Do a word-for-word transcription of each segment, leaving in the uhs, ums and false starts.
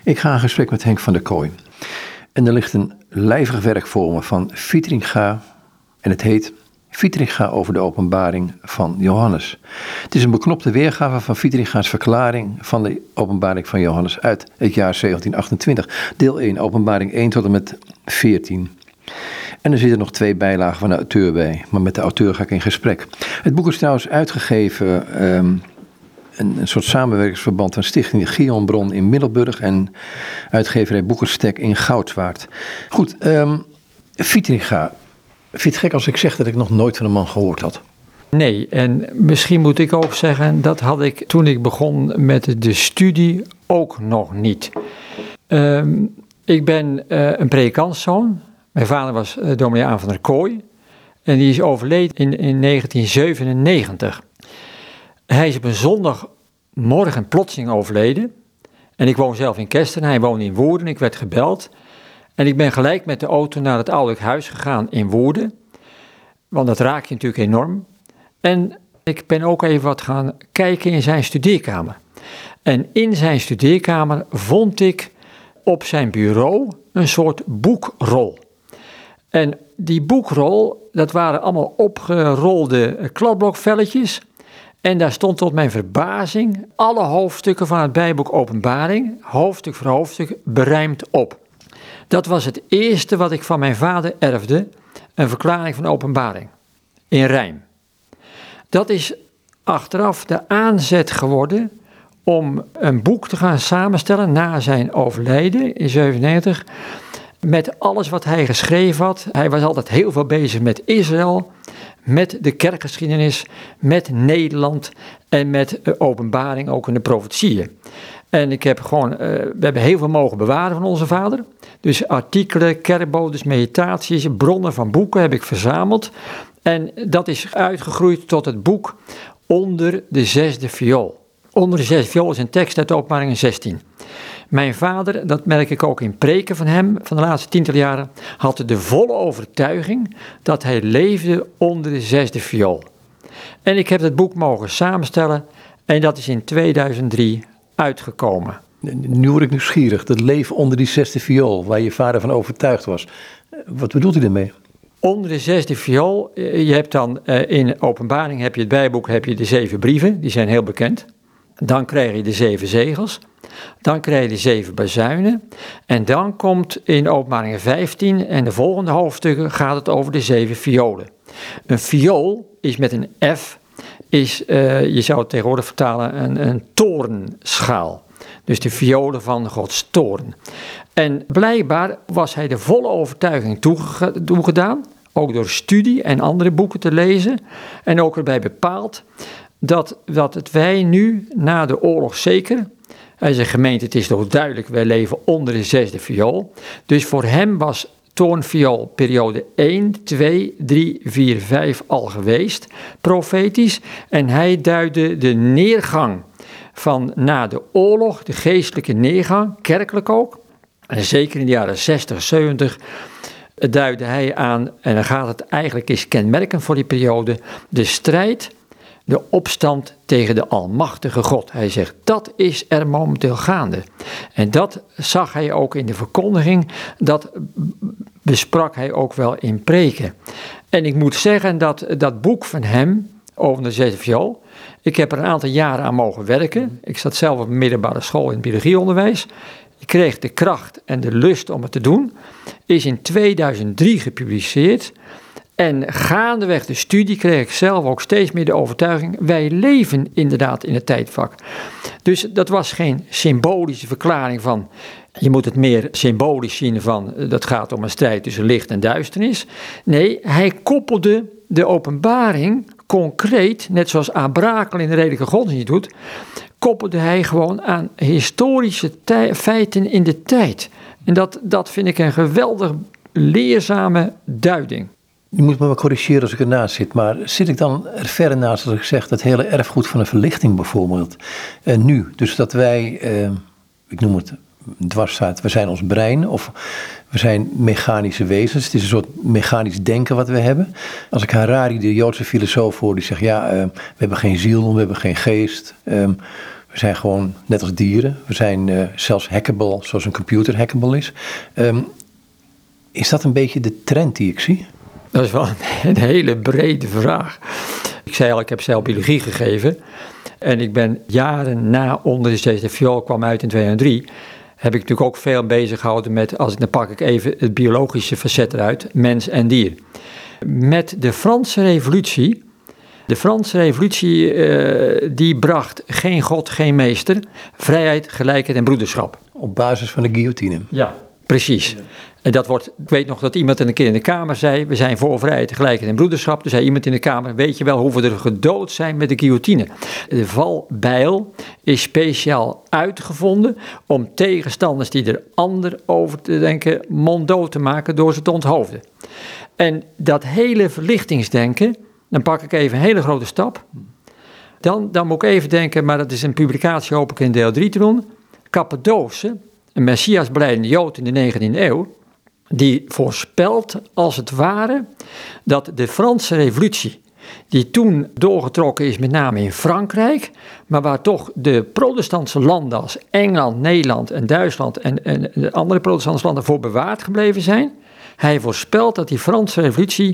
Ik ga in gesprek met Henk van der Kooi. En er ligt een lijvig werk voor me van Vitringa. En het heet Vitringa over de openbaring van Johannes. Het is een beknopte weergave van Vitringa's verklaring van de openbaring van Johannes uit het jaar zeventien achtentwintig. Deel één, openbaring één tot en met veertien. En er zitten nog twee bijlagen van de auteur bij. Maar met de auteur ga ik in gesprek. Het boek is trouwens uitgegeven... Um, Een, een soort samenwerkingsverband van Stichting de Gionbron in Middelburg en uitgeverij Boekerstek in Goudswaard. Goed, um, Vitringa. Vind je het gek als ik zeg dat ik nog nooit van een man gehoord had? Nee, en misschien moet ik ook zeggen, dat had ik toen ik begon met de studie ook nog niet. Um, ik ben uh, een predikantszoon. Mijn vader was uh, dominee Aan van der Kooi. En die is overleden in, in negentien zevenennegentig. Hij is op een zondagmorgen plotseling overleden. En ik woon zelf in Kesten, hij woonde in Woerden. Ik werd gebeld. En ik ben gelijk met de auto naar het ouderlijk huis gegaan in Woerden. Want dat raak je natuurlijk enorm. En ik ben ook even wat gaan kijken in zijn studeerkamer. En in zijn studeerkamer vond ik op zijn bureau een soort boekrol. En die boekrol, dat waren allemaal opgerolde kladblokvelletjes. En daar stond tot mijn verbazing alle hoofdstukken van het Bijbelboek Openbaring, hoofdstuk voor hoofdstuk, berijmd op. Dat was het eerste wat ik van mijn vader erfde, een verklaring van de Openbaring, in rijm. Dat is achteraf de aanzet geworden om een boek te gaan samenstellen na zijn overlijden in zevenennegentig, met alles wat hij geschreven had. Hij was altijd heel veel bezig met Israël, met de kerkgeschiedenis, met Nederland en met uh, openbaring ook in de profetieën. En ik heb gewoon, uh, we hebben heel veel mogen bewaren van onze vader. Dus artikelen, kerkbodes, meditaties, bronnen van boeken heb ik verzameld. En dat is uitgegroeid tot het boek Onder de zesde viool. Onder de zesde viool is een tekst uit Openbaring zestien. Mijn vader, dat merk ik ook in preken van hem, van de laatste tiental jaren, had de volle overtuiging dat hij leefde onder de zesde viool. En ik heb dat boek mogen samenstellen en dat is in tweeduizend drie uitgekomen. Nu word ik nieuwsgierig, dat leven onder die zesde viool, waar je vader van overtuigd was. Wat bedoelt hij daarmee? Onder de zesde viool, je hebt dan in Openbaring, heb je het Bijbelboek, heb je de zeven brieven, die zijn heel bekend. Dan krijg je de zeven zegels. Dan krijg je de zeven bazuinen. En dan komt in Openbaring vijftien en de volgende hoofdstukken gaat het over de zeven violen. Een viool is met een F, is, uh, je zou het tegenwoordig vertalen, een, een toornschaal. Dus de violen van Gods toorn. En blijkbaar was hij de volle overtuiging toege- toegedaan, ook door studie en andere boeken te lezen. En ook erbij bepaald dat, dat het wij nu, na de oorlog zeker... Hij zei, gemeente, het is toch duidelijk, wij leven onder de zesde viool. Dus voor hem was toornviool periode één, twee, drie, vier, vijf al geweest, profetisch. En hij duidde de neergang van na de oorlog, de geestelijke neergang, kerkelijk ook. En zeker in de jaren zestig, zeventig duidde hij aan, en dan gaat het eigenlijk is kenmerkend voor die periode, de strijd, de opstand tegen de almachtige God. Hij zegt, dat is er momenteel gaande. En dat zag hij ook in de verkondiging, dat besprak hij ook wel in preken. En ik moet zeggen dat dat boek van hem, over de zesde viool, ik heb er een aantal jaren aan mogen werken. Ik zat zelf op een middelbare school in het biologieonderwijs. Ik kreeg de kracht en de lust om het te doen. Is in tweeduizend drie gepubliceerd. En gaandeweg de studie kreeg ik zelf ook steeds meer de overtuiging, wij leven inderdaad in het tijdvak. Dus dat was geen symbolische verklaring van, je moet het meer symbolisch zien van, dat gaat om een strijd tussen licht en duisternis. Nee, hij koppelde de openbaring concreet, net zoals Abrakel in de redelijke godsdienst doet, koppelde hij gewoon aan historische tij- feiten in de tijd. En dat, dat vind ik een geweldig leerzame duiding. Je moet me wel corrigeren als ik ernaast zit, maar zit ik dan er verre naast als ik zeg dat hele erfgoed van de verlichting bijvoorbeeld, uh, nu, dus dat wij, uh, ik noem het dwars staat, we zijn ons brein of we zijn mechanische wezens, het is een soort mechanisch denken wat we hebben. Als ik Harari, de Joodse filosoof, hoor die zegt, ja, uh, we hebben geen ziel, we hebben geen geest, um, We zijn gewoon net als dieren. We zijn uh, zelfs hackable, zoals een computer hackable is. Um, is dat een beetje de trend die ik zie? Dat is wel een, een hele brede vraag. Ik zei al, ik heb zelf biologie gegeven. En ik ben jaren na onder de zesde viool kwam uit in tweeduizend drie... heb ik natuurlijk ook veel bezig gehouden met, als ik, dan pak ik even het biologische facet eruit, mens en dier. Met de Franse revolutie, de Franse revolutie uh, die bracht geen God, geen meester, vrijheid, gelijkheid en broederschap. Op basis van de guillotine. Ja, precies. En dat wordt, ik weet nog dat iemand een keer in de Kamer zei, we zijn voor vrijheid, gelijkheid en broederschap. Toen zei iemand in de Kamer, weet je wel hoeveel er gedood zijn met de guillotine? De valbijl is speciaal uitgevonden om tegenstanders die er ander over te denken monddood te maken door ze te onthoofden. En dat hele verlichtingsdenken, dan pak ik even een hele grote stap. Dan, dan moet ik even denken, maar dat is een publicatie hoop ik in deel drie te doen. Cappadose, een Messiasbelijdende Jood in de negentiende eeuw, die voorspelt als het ware dat de Franse revolutie, die toen doorgetrokken is met name in Frankrijk, maar waar toch de protestantse landen als Engeland, Nederland en Duitsland en, en de andere protestantse landen voor bewaard gebleven zijn. Hij voorspelt dat die Franse revolutie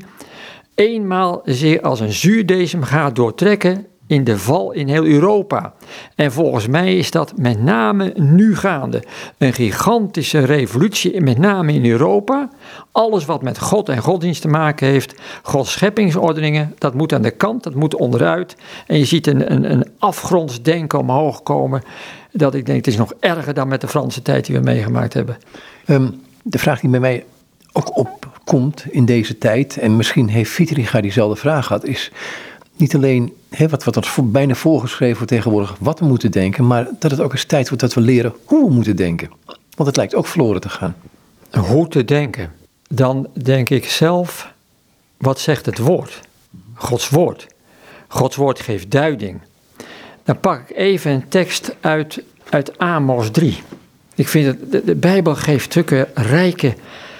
eenmaal zeer als een zuurdesem gaat doortrekken in de val in heel Europa. En volgens mij is dat met name nu gaande. Een gigantische revolutie, met name in Europa. Alles wat met God en godsdienst te maken heeft, Gods scheppingsordeningen, dat moet aan de kant, dat moet onderuit. En je ziet een, een, een afgrondsdenken omhoog komen, dat ik denk, het is nog erger dan met de Franse tijd die we meegemaakt hebben. Um, de vraag die bij mij ook opkomt in deze tijd, en misschien heeft Vitringa diezelfde vraag gehad, is niet alleen he, wat, wat ons voor, bijna voorgeschreven wordt tegenwoordig wat we moeten denken, maar dat het ook eens tijd wordt dat we leren hoe we moeten denken. Want het lijkt ook verloren te gaan. Hoe te denken? Dan denk ik zelf, wat zegt het woord? Gods woord. Gods woord geeft duiding. Dan pak ik even een tekst uit, uit Amos drie. Ik vind dat de, de Bijbel geeft stukken rijke,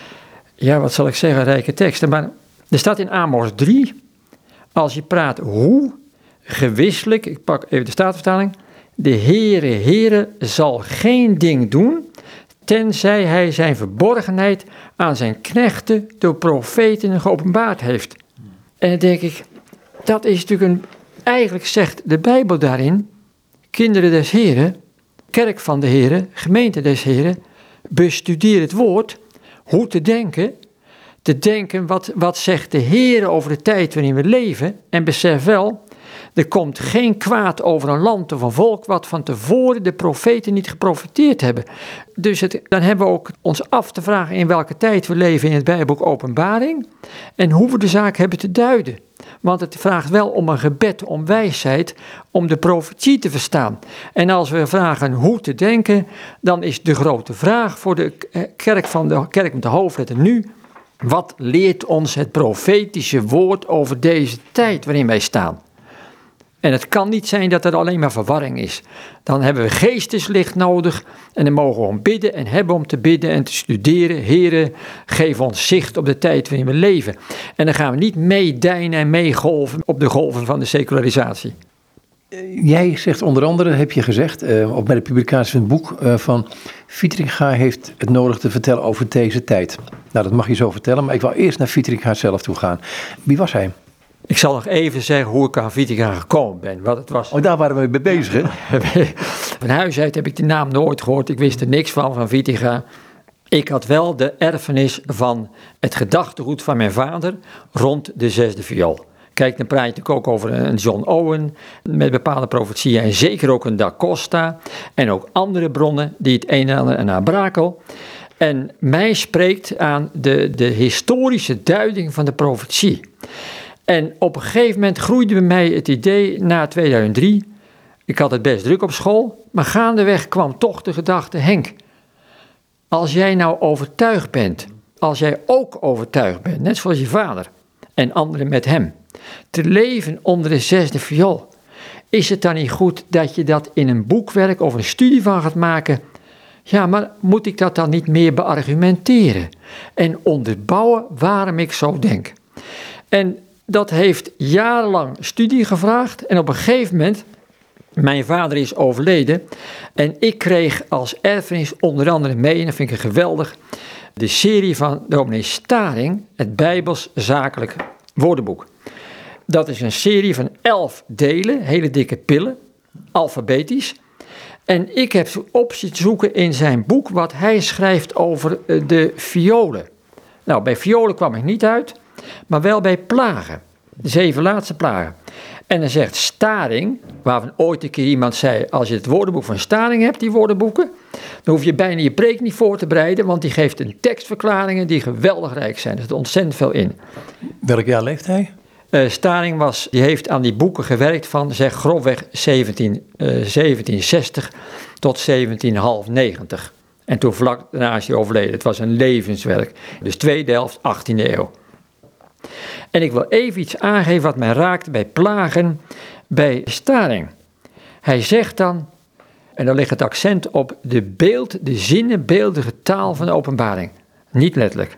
ja wat zal ik zeggen, rijke teksten. Maar er staat in Amos drie, als je praat hoe, gewisselijk, ik pak even de Statenvertaling, de Heere, Heere zal geen ding doen, tenzij hij zijn verborgenheid aan zijn knechten door profeten geopenbaard heeft. En dan denk ik, dat is natuurlijk een, eigenlijk zegt de Bijbel daarin, kinderen des Heren, kerk van de Heren, gemeente des Heren, bestudeer het woord, hoe te denken, te denken wat, wat zegt de Heer over de tijd waarin we leven. En besef wel, er komt geen kwaad over een land of een volk wat van tevoren de profeten niet geprofeteerd hebben. Dus het, dan hebben we ook ons af te vragen in welke tijd we leven in het Bijbelboek Openbaring. En hoe we de zaak hebben te duiden. Want het vraagt wel om een gebed, om wijsheid, om de profetie te verstaan. En als we vragen hoe te denken, dan is de grote vraag voor de kerk van de kerk met de hoofdletter nu: wat leert ons het profetische woord over deze tijd waarin wij staan? En het kan niet zijn dat er alleen maar verwarring is. Dan hebben we geesteslicht nodig en dan mogen we om bidden en hebben om te bidden en te studeren. Heere, geef ons zicht op de tijd waarin we leven. En dan gaan we niet meedijnen en meegolven op de golven van de secularisatie. Jij zegt onder andere, heb je gezegd, uh, ook bij de publicatie van het boek, uh, van Vitringa heeft het nodig te vertellen over deze tijd. Nou, dat mag je zo vertellen, maar ik wil eerst naar Vitringa zelf toe gaan. Wie was hij? Ik zal nog even zeggen hoe ik aan Vitringa gekomen ben, wat het was. Oh, daar waren we mee bezig, hè? Van huis uit heb ik de naam nooit gehoord, ik wist er niks van, van Vitringa. Ik had wel de erfenis van het gedachtegoed van mijn vader rond de zesde viool. Kijk, dan praat je natuurlijk ook over een John Owen met bepaalde profetieën en zeker ook een Da Costa en ook andere bronnen die het een en ander en Abrakel. En mij spreekt aan de, de historische duiding van de profetie. En op een gegeven moment groeide bij mij het idee na tweeduizend drie, ik had het best druk op school, maar gaandeweg kwam toch de gedachte, Henk, als jij nou overtuigd bent, als jij ook overtuigd bent, net zoals je vader en anderen met hem, te leven onder de zesde viool, is het dan niet goed dat je dat in een boekwerk of een studie van gaat maken? Ja, maar moet ik dat dan niet meer beargumenteren en onderbouwen waarom ik zo denk? En dat heeft jarenlang studie gevraagd en op een gegeven moment Mijn vader is overleden en ik kreeg als erfenis onder andere mee, en dat vind ik geweldig, de serie van dominee Staring, het Bijbels Zakelijk Woordenboek. Dat is een serie van elf delen, hele dikke pillen, alfabetisch. En ik heb op zitten zoeken in zijn boek wat hij schrijft over de violen. Nou, bij violen kwam ik niet uit, maar wel bij plagen. De zeven laatste plagen. En dan zegt Staring, waarvan ooit een keer iemand zei, als je het woordenboek van Staring hebt, die woordenboeken, dan hoef je bijna je preek niet voor te bereiden, want die geeft een tekstverklaringen die geweldig rijk zijn. Er zit ontzettend veel in. Welk jaar leeft hij? Uh, Staring was, die heeft aan die boeken gewerkt van, zeg, grofweg zeventien, uh, zeventienzestig tot zeventien negentig. En toen vlak daarna is hij overleden. Het was een levenswerk. Dus tweede helft, achttiende eeuw. En ik wil even iets aangeven wat mij raakt bij plagen bij Staring. Hij zegt dan, en dan ligt het accent op de beeld, de zinnenbeeldige taal van de openbaring. Niet letterlijk.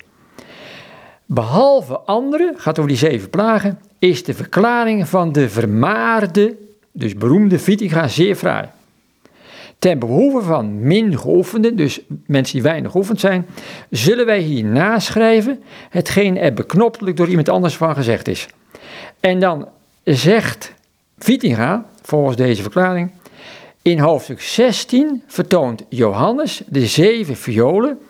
Behalve andere, gaat over die zeven plagen, is de verklaring van de vermaarde, dus beroemde Vitinga zeer fraai. Ten behoeve van min geoefenden, dus mensen die weinig geoefend zijn, zullen wij hier naschrijven hetgeen er beknoptelijk door iemand anders van gezegd is. En dan zegt Vitinga, volgens deze verklaring, in hoofdstuk zestien vertoont Johannes de zeven violen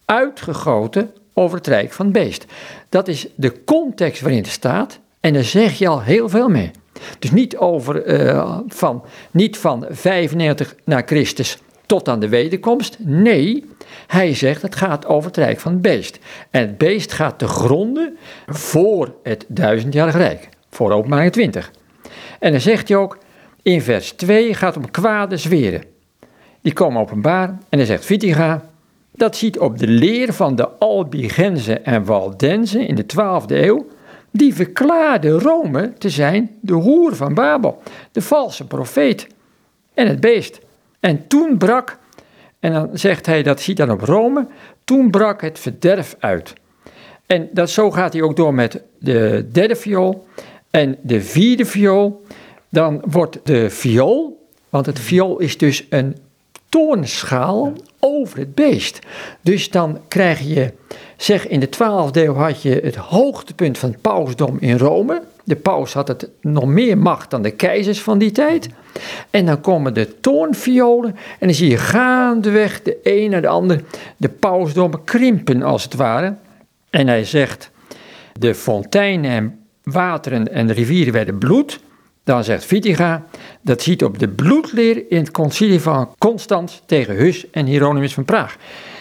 uitgegoten over het rijk van het beest. Dat is de context waarin het staat en daar zeg je al heel veel mee. Dus niet, over, uh, van, niet van vijfennegentig na Christus tot aan de wederkomst. Nee, hij zegt het gaat over het rijk van het beest. En het beest gaat te gronden voor het duizendjarig rijk. Voor Openbaring twintig. En dan zegt hij ook, in vers twee gaat om kwade zweren. Die komen openbaar en dan zegt Vitinga, dat ziet op de leer van de Albigenzen en Waldenzen in de twaalfde eeuw, die verklaarde Rome te zijn de hoer van Babel, de valse profeet en het beest. En toen brak, en dan zegt hij, dat ziet dan op Rome, toen brak het verderf uit. En dat, zo gaat hij ook door met de derde viool en de vierde viool. Dan wordt de viool, want het viool is dus een toornschaal over het beest. Dus dan krijg je, zeg in de twaalfde eeuw had je het hoogtepunt van het pausdom in Rome. De paus had het nog meer macht dan de keizers van die tijd. En dan komen de toornviolen en dan zie je gaandeweg de een naar de ander de pausdommen krimpen als het ware. En hij zegt, de fonteinen en wateren en de rivieren werden bloed. Dan zegt Vitinga, dat ziet op de bloedleer in het concilie van Constans tegen Hus en Hieronymus van Praag.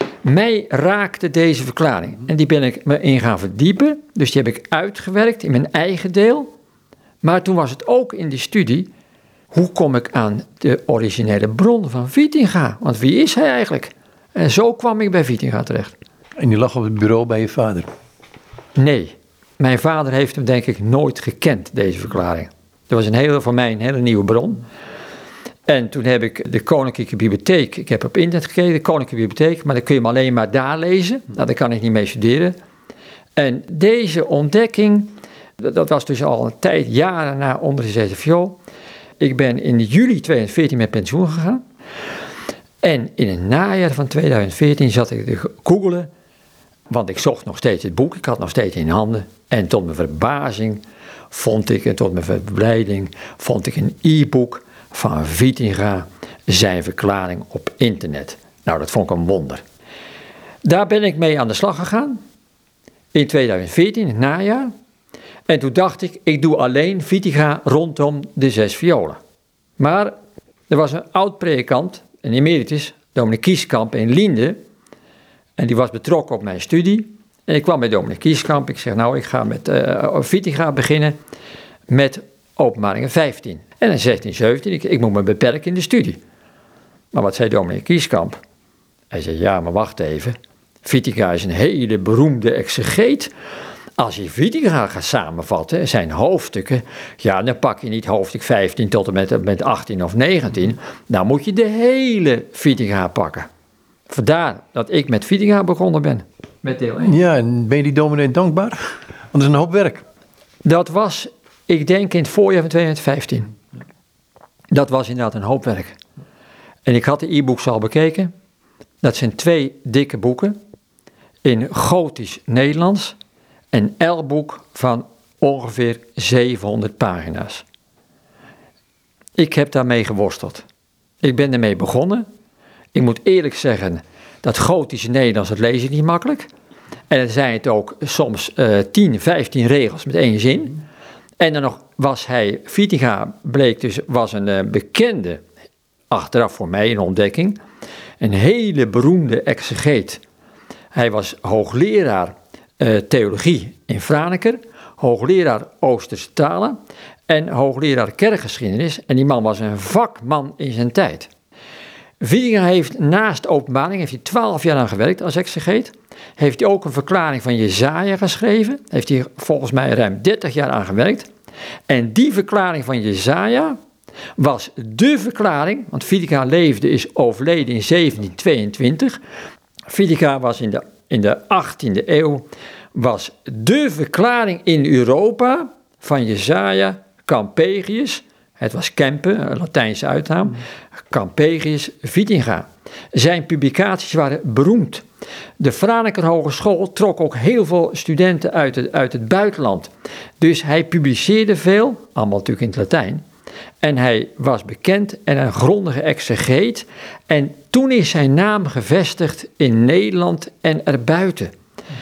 Mij raakte deze verklaring en die ben ik me in gaan verdiepen. Dus die heb ik uitgewerkt in mijn eigen deel. Maar toen was het ook in die studie, hoe kom ik aan de originele bron van Vitinga? Want wie is hij eigenlijk? En zo kwam ik bij Vitinga terecht. En die lag op het bureau bij je vader? Nee, mijn vader heeft hem denk ik nooit gekend, deze verklaring. Dat was een hele, voor mij een hele nieuwe bron. En toen heb ik de Koninklijke Bibliotheek, ik heb op internet gekeken, de Koninklijke Bibliotheek, maar dan kun je hem alleen maar daar lezen. Nou, daar kan ik niet mee studeren. En deze ontdekking, dat was dus al een tijd, jaren na ondergezeten viool. Ik ben in juli tweeduizend veertien met pensioen gegaan. En in het najaar van tweeduizend veertien zat ik te googelen, want ik zocht nog steeds het boek, ik had nog steeds in handen. En tot mijn verbazing vond ik, en tot mijn verblijding, vond ik een e-book van Vitinga, zijn verklaring op internet. Nou, dat vond ik een wonder. Daar ben ik mee aan de slag gegaan, in tweeduizend veertien, in het najaar. En toen dacht ik, ik doe alleen Vitinga rondom de zes violen. Maar er was een oud-predikant, een emeritus, dominee Kieskamp in Liende, en die was betrokken op mijn studie. En ik kwam bij dominee Kieskamp, ik zeg nou, ik ga met uh, Vitinga beginnen met Openbaringen vijftien. En dan zestien, zeventien, ik, ik moet me beperken in de studie. Maar wat zei dominee Kieskamp? Hij zei, ja, maar wacht even. Vitinga is een hele beroemde exegeet. Als je Vitinga gaat samenvatten, zijn hoofdstukken, ja, dan pak je niet hoofdstuk vijftien tot en met, met achttien of negentien. Dan moet je de hele Vitinga pakken. Vandaar dat ik met Vitinga begonnen ben. Met deel één. Ja, en ben je die dominee dankbaar? Want dat is een hoop werk. Dat was, ik denk, in het voorjaar van tweeduizend vijftien. Dat was inderdaad een hoop werk. En ik had de e-books al bekeken. Dat zijn twee dikke boeken in Gotisch Nederlands. En elk boek van ongeveer zevenhonderd pagina's. Ik heb daarmee geworsteld. Ik ben ermee begonnen. Ik moet eerlijk zeggen, dat Gotisch Nederlands, dat lees ik niet makkelijk. En dan zijn het ook soms uh, tien, vijftien regels met één zin. En dan nog was hij, Vitinga bleek dus, was een uh, bekende, achteraf voor mij een ontdekking, een hele beroemde exegeet. Hij was hoogleraar uh, theologie in Franeker, hoogleraar Oosterse talen en hoogleraar kerkgeschiedenis. En die man was een vakman in zijn tijd. Vitinga heeft naast openbaring, heeft hij twaalf jaar aan gewerkt als exegeet. Heeft hij ook een verklaring van Jesaja geschreven. Heeft hij volgens mij ruim dertig jaar aan gewerkt. En die verklaring van Jesaja was de verklaring, want Vitinga leefde, is overleden in zeventienhonderdtweeëntwintig. Vitinga was in de, in de achttiende eeuw, was de verklaring in Europa van Jesaja, Campegius. Het was Kempe, een Latijnse uitnaam. Campegius Vitinga. Zijn publicaties waren beroemd. De Franeker Hogeschool trok ook heel veel studenten uit het, uit het buitenland. Dus hij publiceerde veel, allemaal natuurlijk in het Latijn. En hij was bekend en een grondige exegeet. En toen is zijn naam gevestigd in Nederland en erbuiten.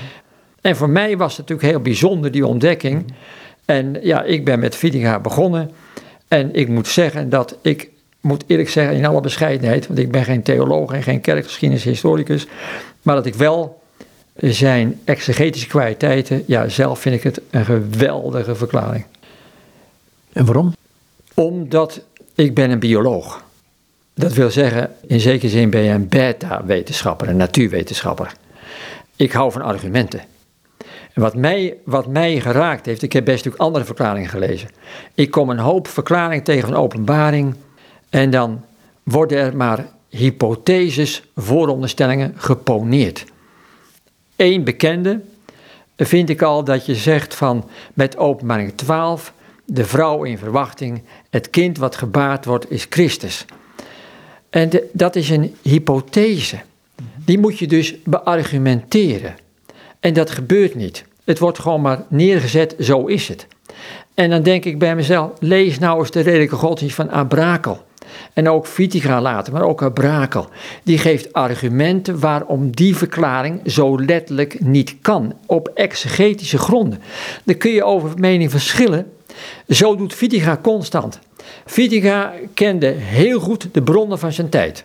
En voor mij was het natuurlijk heel bijzonder, die ontdekking. En ja, ik ben met Vitinga begonnen. En ik moet zeggen dat ik, moet eerlijk zeggen in alle bescheidenheid, want ik ben geen theoloog en geen kerkgeschiedenishistoricus, maar dat ik wel zijn exegetische kwaliteiten, ja, zelf vind ik het een geweldige verklaring. En waarom? Omdat ik ben een bioloog. Dat wil zeggen, in zekere zin ben je een beta-wetenschapper, een natuurwetenschapper. Ik hou van argumenten. En wat mij, wat mij geraakt heeft, ik heb best ook andere verklaringen gelezen. Ik kom een hoop verklaringen tegen van openbaring en dan worden er maar hypotheses, vooronderstellingen geponeerd. Eén bekende vind ik al dat je zegt van met openbaring twaalf, de vrouw in verwachting, het kind wat gebaard wordt is Christus. En de, dat is een hypothese. Die moet je dus beargumenteren. En dat gebeurt niet. Het wordt gewoon maar neergezet, zo is het. En dan denk ik bij mezelf, lees nou eens de redelijke godsdienst van Abrakel. En ook Vitinga later, maar ook Abrakel. Die geeft argumenten waarom die verklaring zo letterlijk niet kan. Op exegetische gronden. Dan kun je over mening verschillen. Zo doet Vitinga constant. Vitinga kende heel goed de bronnen van zijn tijd.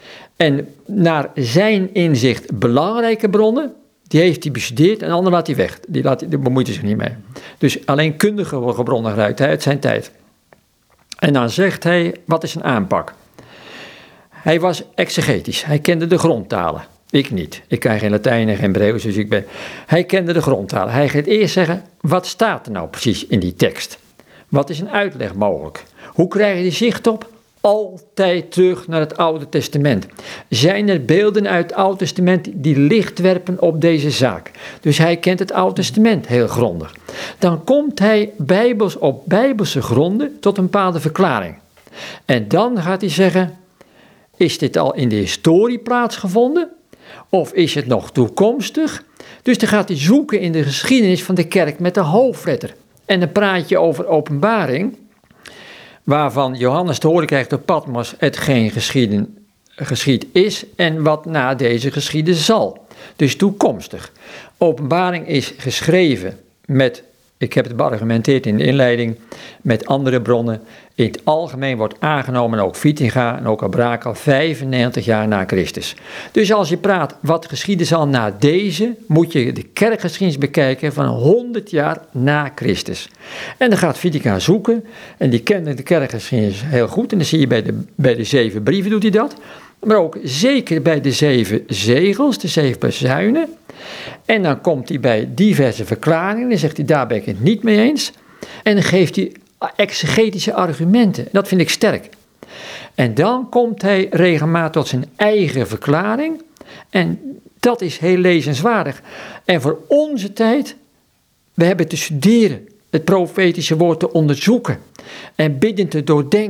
En naar zijn inzicht belangrijke bronnen, die heeft hij bestudeerd en anderen laat hij weg. Die, laat, die bemoeit hij zich niet mee. Dus alleen kundige bronnen gebruikt hij uit zijn tijd. En dan zegt hij, wat is zijn aanpak? Hij was exegetisch. Hij kende de grondtalen. Ik niet. Ik kan geen Latijn en geen Hebreeuws, dus ik ben... Hij kende de grondtalen. Hij gaat eerst zeggen, wat staat er nou precies in die tekst? Wat is een uitleg mogelijk? Hoe krijg je die zicht op? Altijd terug naar het Oude Testament. Zijn er beelden uit het Oude Testament die licht werpen op deze zaak? Dus hij kent het Oude Testament heel grondig. Dan komt hij bijbels op bijbelse gronden tot een bepaalde verklaring. En dan gaat hij zeggen, is dit al in de historie plaatsgevonden? Of is het nog toekomstig? Dus dan gaat hij zoeken in de geschiedenis van de kerk met de hoofdletter. En dan praat je over openbaring, waarvan Johannes te horen krijgt op Patmos hetgeen geschieden, geschied is en wat na deze geschieden zal. Dus toekomstig. Openbaring is geschreven met, ik heb het beargumenteerd in de inleiding, met andere bronnen. In het algemeen wordt aangenomen, ook Vitinga en ook Abrakel, vijfennegentig jaar na Christus. Dus als je praat, wat geschieden zal na deze, moet je de kerkgeschiedenis bekijken van honderd jaar na Christus. En dan gaat Vitinga zoeken, en die kende de kerkgeschiedenis heel goed, en dan zie je bij de, bij de zeven brieven doet hij dat, maar ook zeker bij de zeven zegels, de zeven bazuinen. En dan komt hij bij diverse verklaringen, en zegt hij, daar ben ik het niet mee eens. En dan geeft hij exegetische argumenten. Dat vind ik sterk. En dan komt hij regelmatig tot zijn eigen verklaring. En dat is heel lezenswaardig. En voor onze tijd, we hebben te studeren, het profetische woord te onderzoeken en bidden te doordenken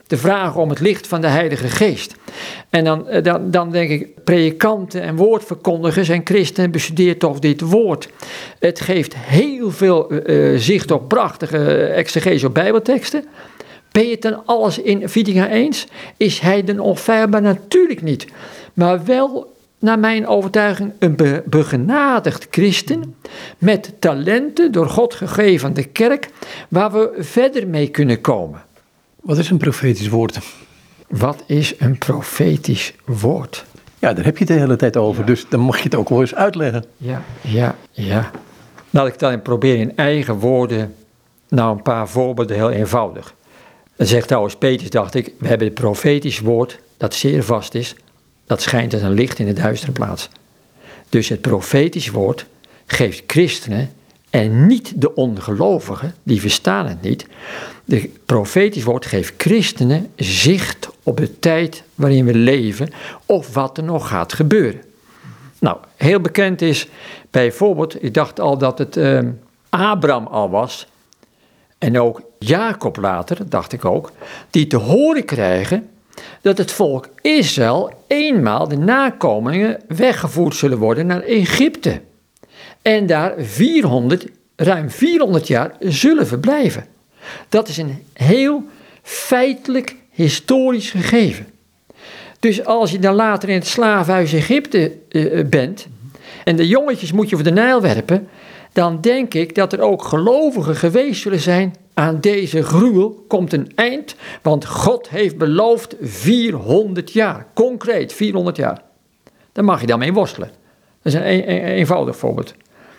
te vragen om het licht van de Heilige Geest. En dan, dan, dan denk ik, predikanten en woordverkondigers en christenen, bestudeer toch dit woord. Het geeft heel veel uh, zicht op prachtige exegese op bijbelteksten. Ben je het dan alles in Vitinga eens? Is hij dan onfeilbaar? Natuurlijk niet. Maar wel, naar mijn overtuiging, een be- begenadigd christen met talenten door God gegeven aan de kerk, waar we verder mee kunnen komen. Wat is een profetisch woord? Wat is een profetisch woord? Ja, daar heb je het de hele tijd over, ja. Dus dan mag je het ook wel eens uitleggen. Ja, ja, ja. Laat ik dan proberen in eigen woorden, nou een paar voorbeelden, heel eenvoudig. Dan zegt trouwens Petrus, dacht ik, we hebben het profetisch woord, dat zeer vast is, dat schijnt als een licht in de duistere plaats. Dus het profetisch woord geeft christenen en niet de ongelovigen, die verstaan het niet. Het profetisch woord geeft christenen zicht op de tijd waarin we leven of wat er nog gaat gebeuren. Nou, heel bekend is bijvoorbeeld, ik dacht al dat het uh, Abraham al was en ook Jacob later, dacht ik ook, die te horen krijgen dat het volk Israël eenmaal de nakomelingen weggevoerd zullen worden naar Egypte. En daar vierhonderd, ruim vierhonderd jaar zullen verblijven. Dat is een heel feitelijk historisch gegeven. Dus als je dan later in het slavenhuis Egypte uh, bent en de jongetjes moet je over de Nijl werpen, dan denk ik dat er ook gelovigen geweest zullen zijn. Aan deze gruwel komt een eind, want God heeft beloofd vierhonderd jaar. Concreet, vierhonderd jaar. Daar mag je dan mee worstelen. Dat is een, een, een eenvoudig voorbeeld.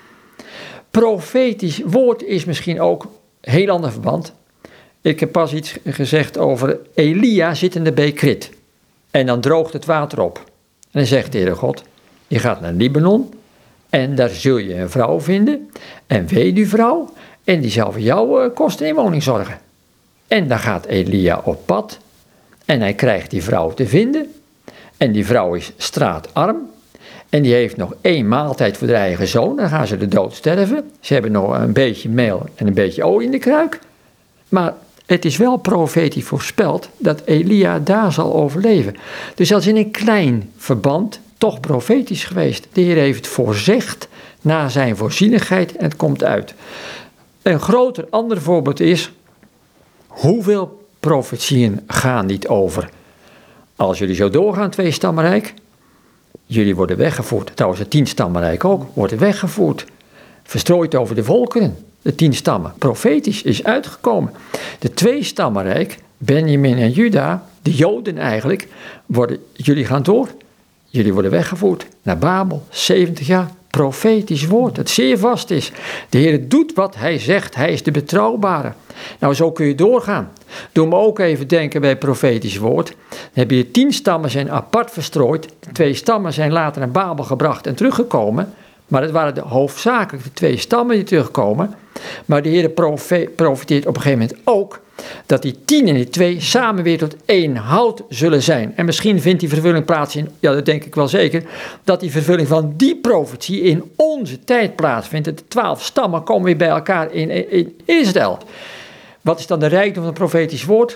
Profetisch woord is misschien ook een heel ander verband. Ik heb pas iets gezegd over Elia zittende bij Krit. En dan droogt het water op. En dan zegt de Heere God, je gaat naar Libanon en daar zul je een vrouw vinden, een weduwvrouw, en die zal voor jou uh, kost en inwoning zorgen. En dan gaat Elia op pad en hij krijgt die vrouw te vinden. En die vrouw is straatarm en die heeft nog één maaltijd voor haar eigen zoon. Dan gaan ze de dood sterven. Ze hebben nog een beetje meel en een beetje olie in de kruik. Maar het is wel profetisch voorspeld dat Elia daar zal overleven. Dus dat is in een klein verband toch profetisch geweest. De Heer heeft voorzegd naar zijn voorzienigheid en het komt uit. Een groter ander voorbeeld is, hoeveel profetieën gaan niet over? Als jullie zo doorgaan, twee stammenrijk, jullie worden weggevoerd. Trouwens, het tien stammenrijk ook, wordt weggevoerd. Verstrooid over de volkeren, de tien stammen. Profetisch is uitgekomen. De twee stammenrijk, Benjamin en Juda, de Joden eigenlijk, worden, jullie gaan door. Jullie worden weggevoerd naar Babel, zeventig jaar. Profetisch woord, dat zeer vast is. De Heer doet wat hij zegt, hij is de betrouwbare. Nou, zo kun je doorgaan. Doe me ook even denken bij profetisch woord. Dan heb je tien stammen zijn apart verstrooid. De twee stammen zijn later naar Babel gebracht en teruggekomen. Maar het waren de hoofdzakelijk de twee stammen die terugkomen. Maar de Heer profe- profeteert op een gegeven moment ook dat die tien en die twee samen weer tot één hout zullen zijn. En misschien vindt die vervulling plaats in, ja dat denk ik wel zeker, dat die vervulling van die profetie in onze tijd plaatsvindt. De twaalf stammen komen weer bij elkaar in, in Israël. Wat is dan de rijkdom van het profetisch woord?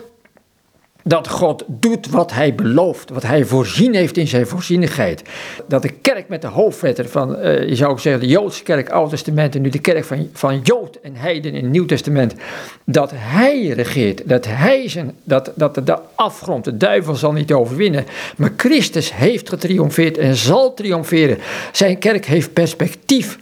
Dat God doet wat hij belooft, wat hij voorzien heeft in zijn voorzienigheid. Dat de kerk met de hoofdletter van, uh, je zou ook zeggen, de Joodse kerk, Oude Testament, en nu de kerk van, van Jood en Heiden in het Nieuw Testament, dat hij regeert, dat hij zijn, dat, dat de, de afgrond, de duivel zal niet overwinnen, maar Christus heeft getriomfeerd en zal triomferen. Zijn kerk heeft perspectief.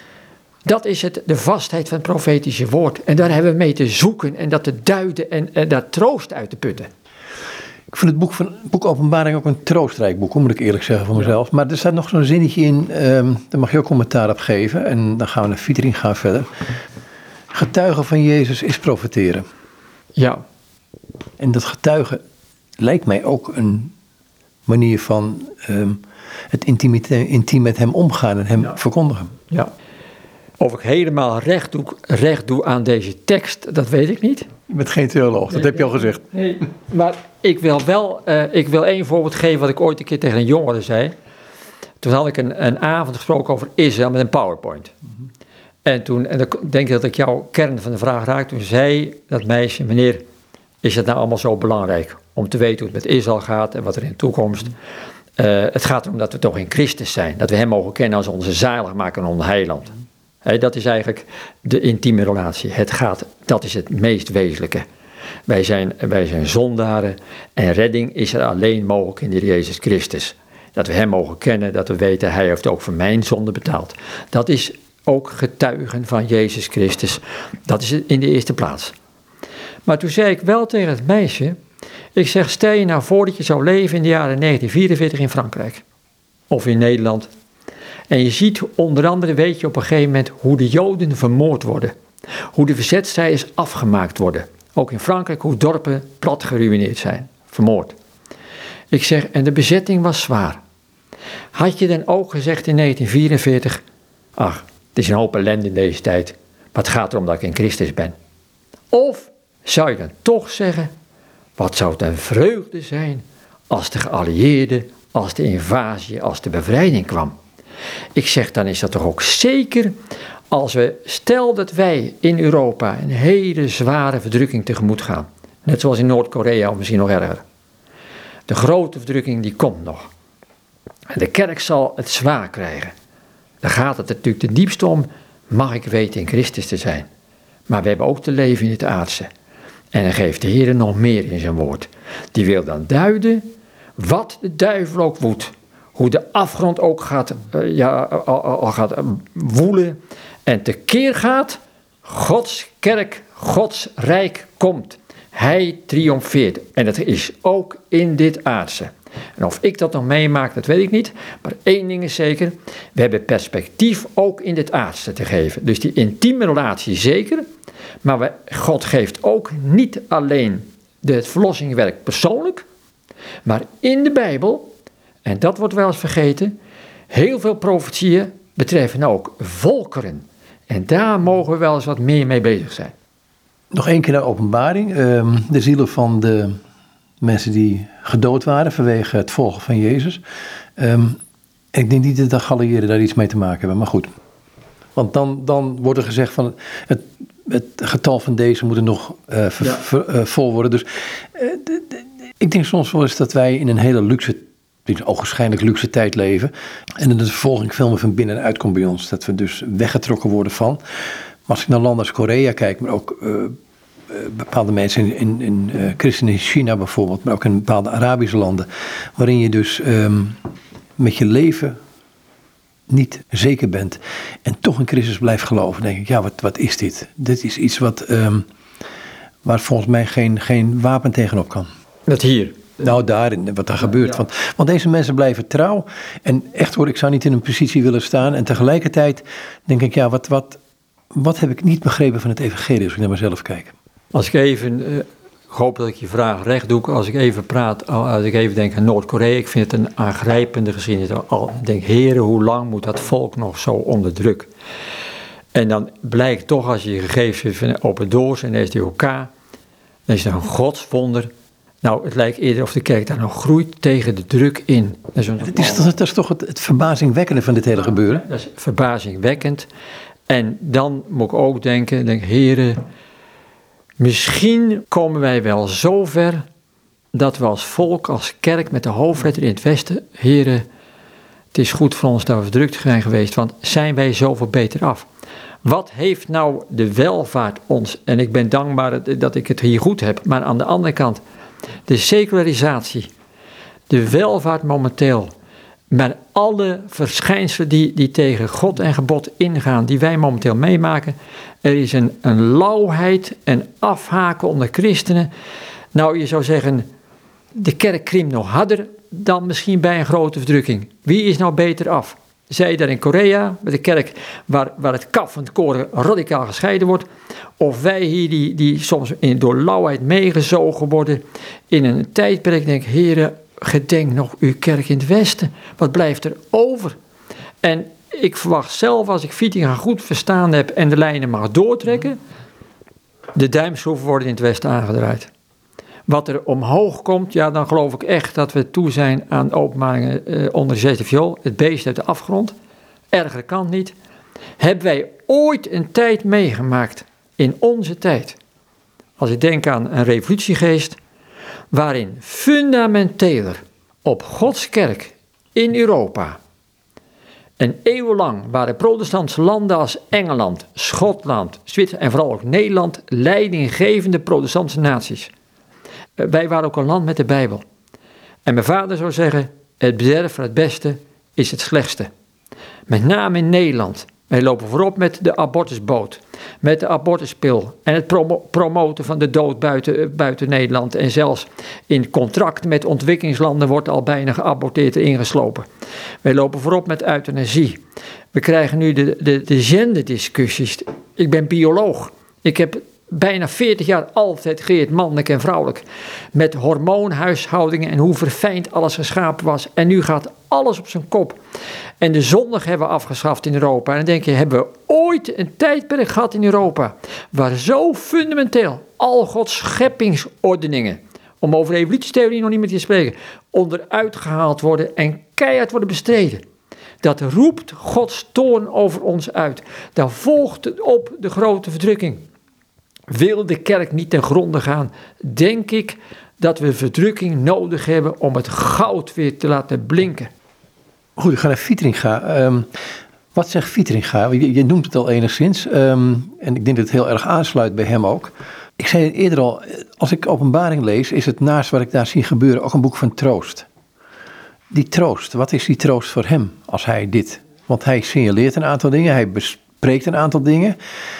Dat is het, de vastheid van het profetische woord. En daar hebben we mee te zoeken en dat te duiden en, en daar troost uit te putten. Ik vind het boek, van, boek Openbaring ook een troostrijk boek, moet ik eerlijk zeggen van mezelf. Maar er staat nog zo'n zinnetje in, um, daar mag je ook commentaar op geven. En dan gaan we naar Vietering gaan verder. Getuigen van Jezus is profeteren. Ja. En dat getuigen lijkt mij ook een manier van um, het intiem met hem omgaan en hem ja. verkondigen. Ja. Of ik helemaal recht doe, recht doe aan deze tekst, dat weet ik niet. Je bent geen theoloog, dat nee, heb je al gezegd. Nee, maar ik wil wel, uh, ik wil één voorbeeld geven wat ik ooit een keer tegen een jongere zei. Toen had ik een, een avond gesproken over Israël met een PowerPoint. Mm-hmm. En toen, en dan denk ik dat ik jouw kern van de vraag raakte, toen zei dat meisje, meneer, is het nou allemaal zo belangrijk om te weten hoe het met Israël gaat en wat er in de toekomst. Uh, het gaat erom dat we toch in Christus zijn. Dat we hem mogen kennen als onze zaligmaker en onze heiland. He, dat is eigenlijk de intieme relatie. Het gaat, dat is het meest wezenlijke. Wij zijn, wij zijn zondaren en redding is er alleen mogelijk in de Heer Jezus Christus. Dat we hem mogen kennen, dat we weten hij heeft ook voor mijn zonde betaald. Dat is ook getuigen van Jezus Christus. Dat is het in de eerste plaats. Maar toen zei ik wel tegen het meisje, ik zeg, stel je nou voor dat je zou leven in de jaren negentien vierenveertig in Frankrijk. Of in Nederland. En je ziet onder andere, weet je op een gegeven moment, hoe de Joden vermoord worden. Hoe de verzetstrijders afgemaakt worden. Ook in Frankrijk, hoe dorpen plat geruïneerd zijn. Vermoord. Ik zeg, en de bezetting was zwaar. Had je dan ook gezegd in negentien vierenveertig, ach, het is een hoop ellende in deze tijd, maar het gaat erom dat ik in Christus ben. Of zou je dan toch zeggen, wat zou het een vreugde zijn als de geallieerden, als de invasie, als de bevrijding kwam. Ik zeg, dan is dat toch ook zeker als we, stel dat wij in Europa een hele zware verdrukking tegemoet gaan. Net zoals in Noord-Korea of misschien nog erger. De grote verdrukking die komt nog. En de kerk zal het zwaar krijgen. Dan gaat het natuurlijk ten diepste om, mag ik weten in Christus te zijn. Maar we hebben ook te leven in het aardse. En dan geeft de Heer nog meer in zijn woord. Die wil dan duiden wat de duivel ook woedt. Hoe de afgrond ook gaat, uh, ja, al, al gaat uh, woelen en tekeer gaat. Gods kerk, Gods rijk komt. Hij triomfeert. En dat is ook in dit aardse. En of ik dat nog meemaak, dat weet ik niet. Maar één ding is zeker. We hebben perspectief ook in dit aardse te geven. Dus die intieme relatie zeker. Maar we, God geeft ook niet alleen het verlossingswerk persoonlijk. Maar in de Bijbel, en dat wordt wel eens vergeten. Heel veel profetieën betreffen ook volkeren. En daar mogen we wel eens wat meer mee bezig zijn. Nog één keer naar Openbaring. Um, de zielen van de mensen die gedood waren vanwege het volgen van Jezus. Um, ik denk niet dat de geallieerden daar iets mee te maken hebben, maar goed. Want dan, dan wordt er gezegd van het, het getal van deze moet er nog uh, ver, ja. ver, uh, vol worden. Dus uh, de, de, ik denk soms wel eens dat wij in een hele luxe, ogenschijnlijk luxe tijd leven. En dat de vervolging veel meer van binnen uit komt bij ons. Dat we dus weggetrokken worden van. Maar als ik naar landen als Korea kijk, maar ook uh, bepaalde mensen in, in, in uh, christenen in China bijvoorbeeld, maar ook in bepaalde Arabische landen, waarin je dus um, met je leven niet zeker bent en toch in Christus blijft geloven, denk ik, ja, wat, wat is dit? Dit is iets wat, um, waar volgens mij geen, geen wapen tegenop kan. Dat hier? Nou, daarin, wat er gebeurt. Ja. Want, want deze mensen blijven trouw en echt hoor, ik zou niet in een positie willen staan en tegelijkertijd denk ik, ja, wat, wat, wat heb ik niet begrepen van het evangelie als ik naar mezelf kijk? Als ik even, uh, ik hoop dat ik je vraag recht doe, als ik even praat, als ik even denk aan Noord-Korea, ik vind het een aangrijpende geschiedenis. Ik denk, heren, hoe lang moet dat volk nog zo onder druk? En dan blijkt toch, als je je gegevens van Open Doors en de S D O K, dan is het een godswonder. Nou, het lijkt eerder of de kerk daar nog groeit tegen de druk in. Dat is, een, dat is, dat is toch het, het verbazingwekkende van dit hele gebeuren? Dat is verbazingwekkend. En dan moet ik ook denken, denk, heren, misschien komen wij wel zo ver dat we als volk, als kerk met de hoofdletter in het Westen, heren, het is goed voor ons dat we verdrukt zijn geweest, want zijn wij zoveel beter af? Wat heeft nou de welvaart ons, en ik ben dankbaar dat ik het hier goed heb, maar aan de andere kant, de secularisatie, de welvaart momenteel, met alle verschijnselen die, die tegen God en gebod ingaan, die wij momenteel meemaken. Er is een, een lauwheid en afhaken onder christenen. Nou, je zou zeggen, de kerk krimpt nog harder dan misschien bij een grote verdrukking. Wie is nou beter af? Zij daar in Korea, met de kerk waar, waar het kaf van het koren radicaal gescheiden wordt. Of wij hier die, die soms in, door lauwheid meegezogen worden in een tijdperk, denk ik, heren, gedenk nog uw kerk in het Westen. Wat blijft er over? En ik verwacht zelf, als ik Vitinga goed verstaan heb en de lijnen mag doortrekken, de duimschroeven worden in het Westen aangedraaid. Wat er omhoog komt, ja, dan geloof ik echt dat we toe zijn aan openbaringen eh, onder de zesde viool, het beest uit de afgrond. Erger kan het niet. Hebben wij ooit een tijd meegemaakt in onze tijd, als ik denk aan een revolutiegeest, waarin fundamenteler op Gods kerk in Europa en eeuwenlang waren protestantse landen als Engeland, Schotland, Zwitserland en vooral ook Nederland leidinggevende protestantse naties. Wij waren ook een land met de Bijbel. En mijn vader zou zeggen, het bederf van het beste is het slechtste. Met name in Nederland. Wij lopen voorop met de abortusboot, met de abortuspil en het promo- promoten van de dood buiten, buiten Nederland. En zelfs in contracten met ontwikkelingslanden wordt al bijna geaborteerd en ingeslopen. Wij lopen voorop met euthanasie. We krijgen nu de, de, de genderdiscussies. Ik ben bioloog. Ik heb bijna veertig jaar altijd geleerd, mannelijk en vrouwelijk, met hormoonhuishoudingen en hoe verfijnd alles geschapen was. En nu gaat alles op zijn kop. En de zondag hebben we afgeschaft in Europa. En dan denk je, hebben we ooit een tijdperk gehad in Europa waar zo fundamenteel al Gods scheppingsordeningen, om over de evolutietheorie nog niet meer te spreken, onderuit gehaald worden en keihard worden bestreden. Dat roept Gods toorn over ons uit. Dan volgt het op de grote verdrukking. Wil de kerk niet ten gronde gaan, denk ik dat we verdrukking nodig hebben om het goud weer te laten blinken. Goed, ik ga naar Vitringa. Um, wat zegt Vitringa? Je, je noemt het al enigszins. Um, en ik denk dat het heel erg aansluit bij hem ook. Ik zei het eerder al, als ik Openbaring lees, is het naast wat ik daar zie gebeuren ook een boek van troost. Die troost, wat is die troost voor hem als hij dit? Want hij signaleert een aantal dingen, hij bespreekt een aantal dingen.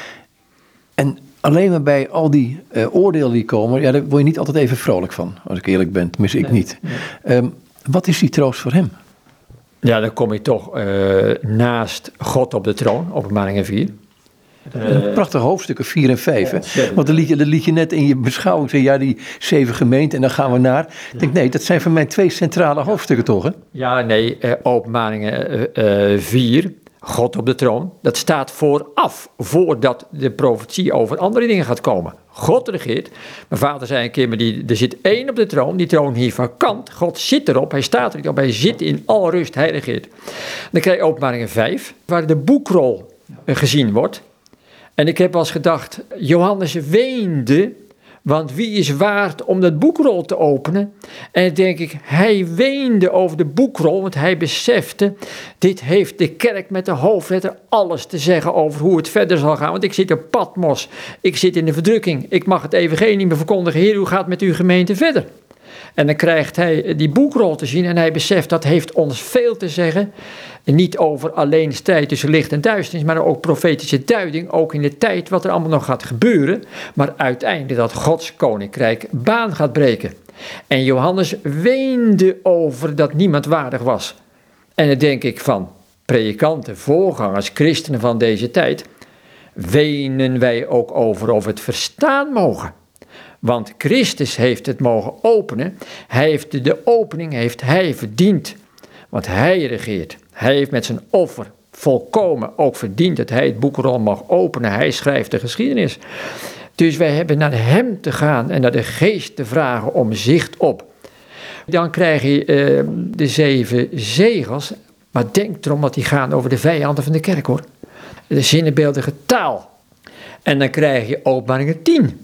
En alleen maar bij al die uh, oordelen die komen, ja, daar word je niet altijd even vrolijk van, als ik eerlijk ben. Tenminste, ik nee, niet. Nee. Um, wat is die troost voor hem? Ja, dan kom je toch uh, naast God op de troon, Openbaringen vier. Uh, Prachtige hoofdstukken vier en vijf. Hè? Want dan liet, je, dan liet je net in je beschouwing zeggen, ja, die zeven gemeenten en dan gaan we naar. Ik denk, nee, dat zijn voor mij twee centrale hoofdstukken toch, hè? Ja, nee, uh, Openbaringen uh, uh, vier, God op de troon, dat staat vooraf, voordat de profetie over andere dingen gaat komen. God regeert. Mijn vader zei een keer, maar die, er zit één op de troon, die troon hier vakant. God zit erop, hij staat er niet op, hij zit in alle rust, hij regeert. Dan krijg je Openbaringen vijf, waar de boekrol uh, gezien wordt. En ik heb wel eens gedacht, Johannes weende, want wie is waard om dat boekrol te openen? En dan denk ik, hij weende over de boekrol, want hij besefte, dit heeft de kerk met de hoofdletter alles te zeggen over hoe het verder zal gaan. Want ik zit op Patmos, ik zit in de verdrukking, ik mag het evangelie niet meer verkondigen. Heer, hoe gaat het met uw gemeente verder? En dan krijgt hij die boekrol te zien en hij beseft, dat heeft ons veel te zeggen. Niet over alleen strijd tussen licht en duisternis, maar ook profetische duiding, ook in de tijd wat er allemaal nog gaat gebeuren. Maar uiteindelijk dat Gods koninkrijk baan gaat breken. En Johannes weende over dat niemand waardig was. En dan denk ik van predikanten, voorgangers, christenen van deze tijd, wenen wij ook over of het verstaan mogen. Want Christus heeft het mogen openen. Hij heeft de opening heeft hij verdiend. Want hij regeert. Hij heeft met zijn offer volkomen ook verdiend dat hij het boekrol mag openen. Hij schrijft de geschiedenis. Dus wij hebben naar hem te gaan en naar de geest te vragen om zicht op. Dan krijg je uh, de zeven zegels. Maar denk erom dat die gaan over de vijanden van de kerk, hoor. De zinnebeeldige taal. En dan krijg je Openbaringen tien.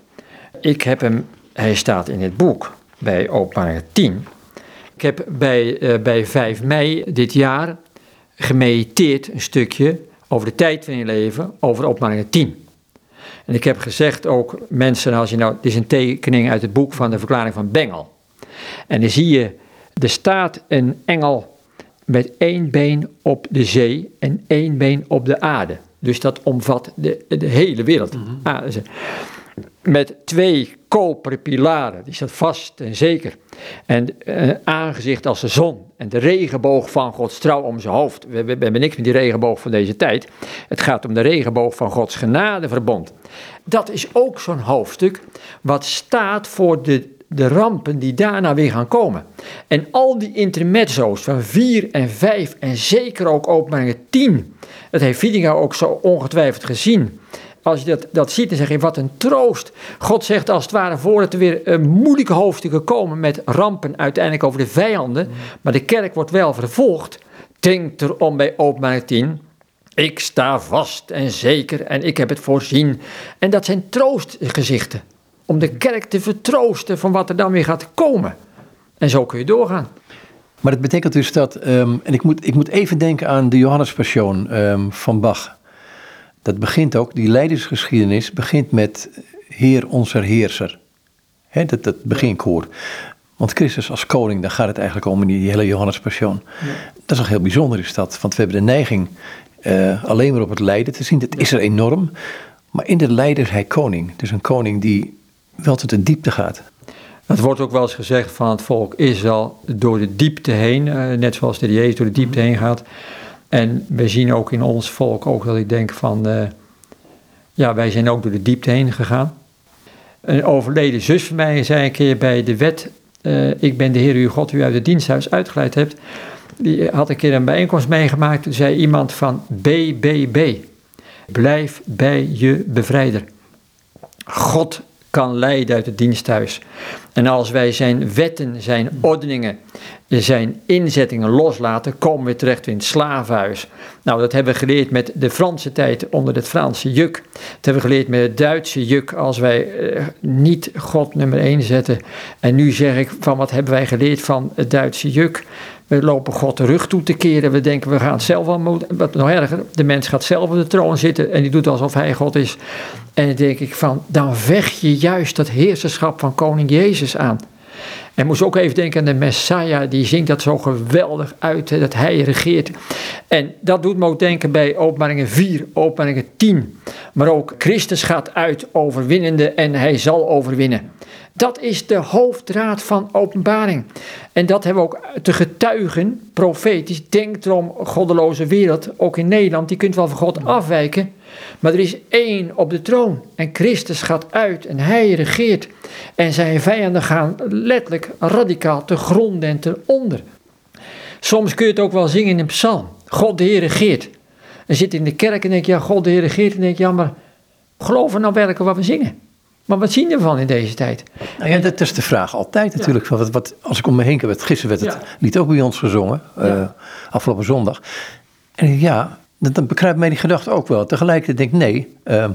Ik heb hem, hij staat in het boek bij Openbaringen tien. Ik heb bij, uh, bij vijf mei dit jaar gemediteerd een stukje over de tijd van je leven, over Openbaringen tien. En ik heb gezegd ook, mensen, als je nou, dit is een tekening uit het boek van de verklaring van Bengel. En dan zie je, er staat een engel met één been op de zee en één been op de aarde. Dus dat omvat de, de hele wereld. Mm-hmm. Ah, dus, met twee koperen pilaren, die staat vast en zeker. En een aangezicht als de zon en de regenboog van Gods trouw om zijn hoofd. We, we hebben niks met die regenboog van deze tijd. Het gaat om de regenboog van Gods genadeverbond. Dat is ook zo'n hoofdstuk wat staat voor de, de rampen die daarna weer gaan komen. En al die intermezzo's van vier en vijf en zeker ook Openbaringen tien. Dat heeft Vitringa ook zo ongetwijfeld gezien. Als je dat, dat ziet, dan zeg je, wat een troost. God zegt als het ware, voordat er weer uh, moeilijke hoofdstukken komen met rampen uiteindelijk over de vijanden, maar de kerk wordt wel vervolgd. Denk erom bij Openbaringen tien. Ik sta vast en zeker en ik heb het voorzien. En dat zijn troostgezichten. Om de kerk te vertroosten van wat er dan weer gaat komen. En zo kun je doorgaan. Maar dat betekent dus dat, um, en ik moet, ik moet even denken aan de Johannespassion um, van Bach. Dat begint ook, die leidersgeschiedenis begint met Heer onze Heerser. He, dat, dat beginkoor. Want Christus als koning, daar gaat het eigenlijk om in die hele Johannespassion. Ja. Dat is toch heel bijzonder is dat, want we hebben de neiging uh, alleen maar op het lijden te zien. Dat is er enorm. Maar in de lijden is hij koning. Dus een koning die wel tot de diepte gaat. Het wordt ook wel eens gezegd van het volk Israël door de diepte heen, uh, net zoals de Jezus door de diepte heen gaat. En we zien ook in ons volk ook dat ik denk van, uh, ja, wij zijn ook door de diepte heen gegaan. Een overleden zus van mij zei een keer bij de wet, uh, ik ben de Heer uw God, u uit het diensthuis uitgeleid hebt. Die had een keer een bijeenkomst meegemaakt, toen zei iemand van B B B, blijf bij je bevrijder. God kan leiden uit het diensthuis. En als wij zijn wetten, zijn ordeningen, zijn inzettingen loslaten, komen we terecht in het slavenhuis. Nou, dat hebben we geleerd met de Franse tijd onder het Franse juk. Dat hebben we geleerd met het Duitse juk als wij uh, niet God nummer één zetten. En nu zeg ik van wat hebben wij geleerd van het Duitse juk? We lopen God de rug toe te keren. We denken we gaan het zelf al moeten. Wat nog erger, de mens gaat zelf op de troon zitten en die doet alsof hij God is. En dan denk ik van, dan vecht je juist dat heerserschap van koning Jezus aan. En moest ook even denken aan de Messiah, die zingt dat zo geweldig uit, hè, dat hij regeert. En dat doet me ook denken bij Openbaringen vier, Openbaringen tien. Maar ook Christus gaat uit overwinnende en hij zal overwinnen. Dat is de hoofddraad van Openbaring. En dat hebben we ook te getuigen, profetisch. Denk erom, goddeloze wereld, ook in Nederland, die kunt wel van God afwijken. Maar er is één op de troon en Christus gaat uit en hij regeert. En zijn vijanden gaan letterlijk radicaal te gronden en te onder. Soms kun je het ook wel zingen in een psalm. God de Heer regeert. En zit in de kerk en denk je, ja, God de Heer regeert. En denk je, ja, maar geloven nou werkelijk wat we zingen? Maar wat zien we ervan in deze tijd? Nou ja, dat is de vraag altijd natuurlijk. Ja. Wat, wat, als ik om me heen kijk, gisteren werd het ja. lied ook bij ons gezongen, uh, ja. afgelopen zondag. En ja, dan, dan begrijpt mij die gedachte ook wel. Tegelijkertijd denk ik, nee, uh,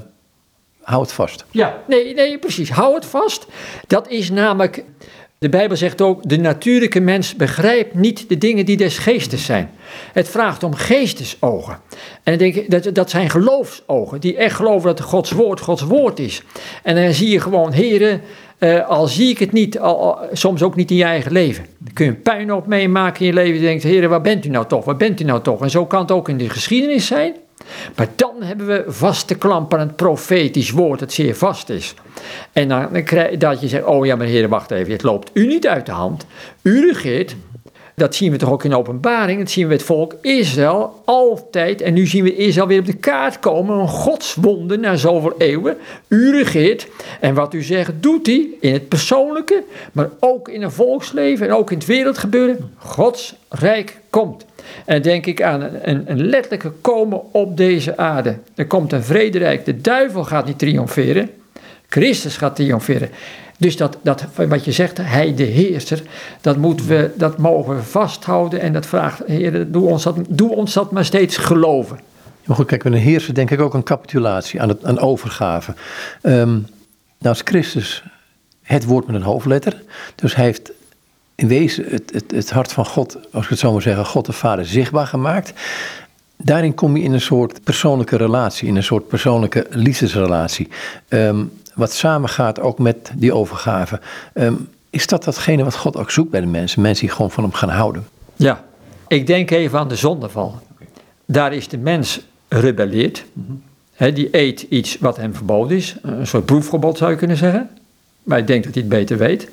hou het vast. Ja, nee, nee, precies. Hou het vast. Dat is namelijk, de Bijbel zegt ook, de natuurlijke mens begrijpt niet de dingen die des geestes zijn. Het vraagt om geestesogen. En dan denk ik, dat, dat zijn geloofsogen, die echt geloven dat Gods woord Gods woord is. En dan zie je gewoon, heren, uh, al zie ik het niet, al, al, soms ook niet in je eigen leven. Dan kun je een puinhoop meemaken in je leven. Je denkt, heren, waar bent u nou toch? Waar bent u nou toch? En zo kan het ook in de geschiedenis zijn. Maar dan hebben we vaste klamp aan het profetisch woord, dat zeer vast is. En dan, dan krijg je dat je zegt, oh ja, maar heren, wacht even, het loopt u niet uit de hand. U regeert. Dat zien we toch ook in Openbaring, dat zien we het volk Israël altijd. En nu zien we Israël weer op de kaart komen, een godswonde na zoveel eeuwen. U regeert en wat u zegt doet hij in het persoonlijke, maar ook in het volksleven en ook in het wereldgebeuren. Gods rijk komt. En dan denk ik aan een, een letterlijke komen op deze aarde. Er komt een vrederijk, de duivel gaat niet triomferen, Christus gaat triomferen. Dus dat, dat, wat je zegt, hij de heerser, dat, moeten we, dat mogen we vasthouden. En dat vraagt, Heer, doe ons dat, doe ons dat maar steeds geloven. Maar goed, kijk, met een heerser denk ik ook aan capitulatie, aan, het, aan overgave. Um, nou is Christus het woord met een hoofdletter. Dus hij heeft in wezen het, het, het hart van God, als ik het zo maar zeggen, God de Vader zichtbaar gemaakt. Daarin kom je in een soort persoonlijke relatie, in een soort persoonlijke liefdesrelatie. Um, Wat samengaat ook met die overgave. Um, is dat datgene wat God ook zoekt bij de mensen? Mensen die gewoon van hem gaan houden. Ja, ik denk even aan de zondeval. Daar is de mens rebelleerd. Mm-hmm. He, die eet iets wat hem verboden is. Een soort proefgebod zou je kunnen zeggen. Maar ik denk dat hij het beter weet.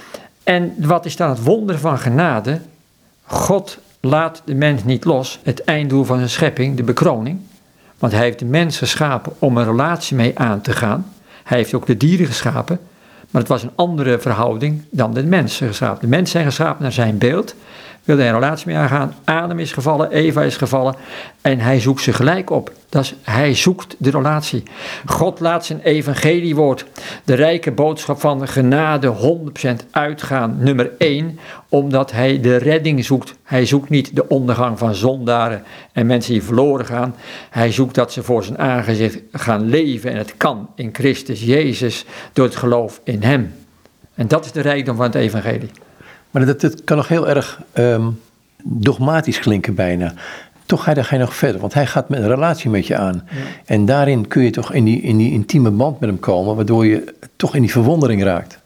En wat is dan het wonder van genade? God laat de mens niet los. Het einddoel van zijn schepping, de bekroning. Want hij heeft de mens geschapen om een relatie mee aan te gaan. Hij heeft ook de dieren geschapen, maar het was een andere verhouding dan de mensen geschapen. De mensen zijn geschapen naar zijn beeld. wilde hij een relatie mee aangaan. Adam is gevallen, Eva is gevallen en hij zoekt ze gelijk op. Dat is, hij zoekt de relatie. God laat zijn evangeliewoord, de rijke boodschap van genade honderd procent uitgaan, nummer één, omdat hij de redding zoekt. Hij zoekt niet de ondergang van zondaren en mensen die verloren gaan. Hij zoekt dat ze voor zijn aangezicht gaan leven en het kan in Christus Jezus door het geloof in hem. En dat is de rijkdom van het evangelie. Maar dat, dat kan nog heel erg um, dogmatisch klinken bijna. Toch ga je, ga je nog verder, want hij gaat met een relatie met je aan. Ja. En daarin kun je toch in die, in die intieme band met hem komen, waardoor je toch in die verwondering raakt.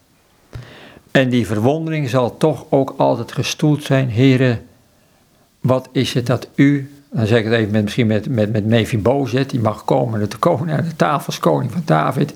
En die verwondering zal toch ook altijd gestoeld zijn. Heren, wat is het dat u, dan zeg ik het even met, misschien met, met, met Mephibozet, die mag komen, de koning aan de tafels, koning van David.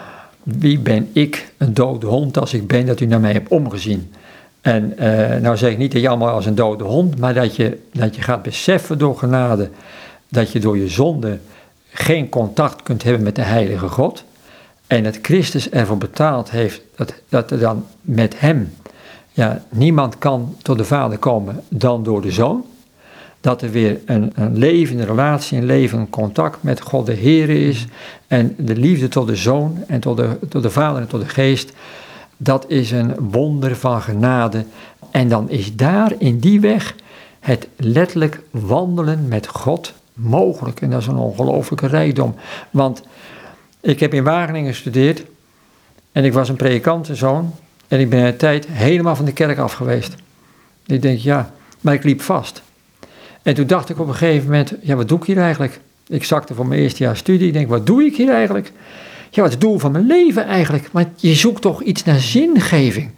Wie ben ik, een dode hond, als ik ben, dat u naar mij hebt omgezien? En uh, nou zeg ik niet dat je allemaal als een dode hond, maar dat je, dat je gaat beseffen door genade, dat je door je zonde geen contact kunt hebben met de heilige God. En dat Christus ervoor betaald heeft, dat, dat er dan met hem, ja, niemand kan tot de Vader komen dan door de Zoon. Dat er weer een, een levende relatie, een levend contact met God de Heer is. En de liefde tot de Zoon en tot de, tot de Vader en tot de Geest. Dat is een wonder van genade. En dan is daar in die weg het letterlijk wandelen met God mogelijk. En dat is een ongelooflijke rijkdom. Want ik heb in Wageningen gestudeerd. En ik was een predikantenzoon. En ik ben in de tijd helemaal van de kerk af geweest. Ik denk, ja, maar ik liep vast. En toen dacht ik op een gegeven moment, ja, wat doe ik hier eigenlijk? Ik zakte voor mijn eerste jaar studie. Ik denk, wat doe ik hier eigenlijk? Ja, wat is het doel van mijn leven eigenlijk? Maar je zoekt toch iets naar zingeving.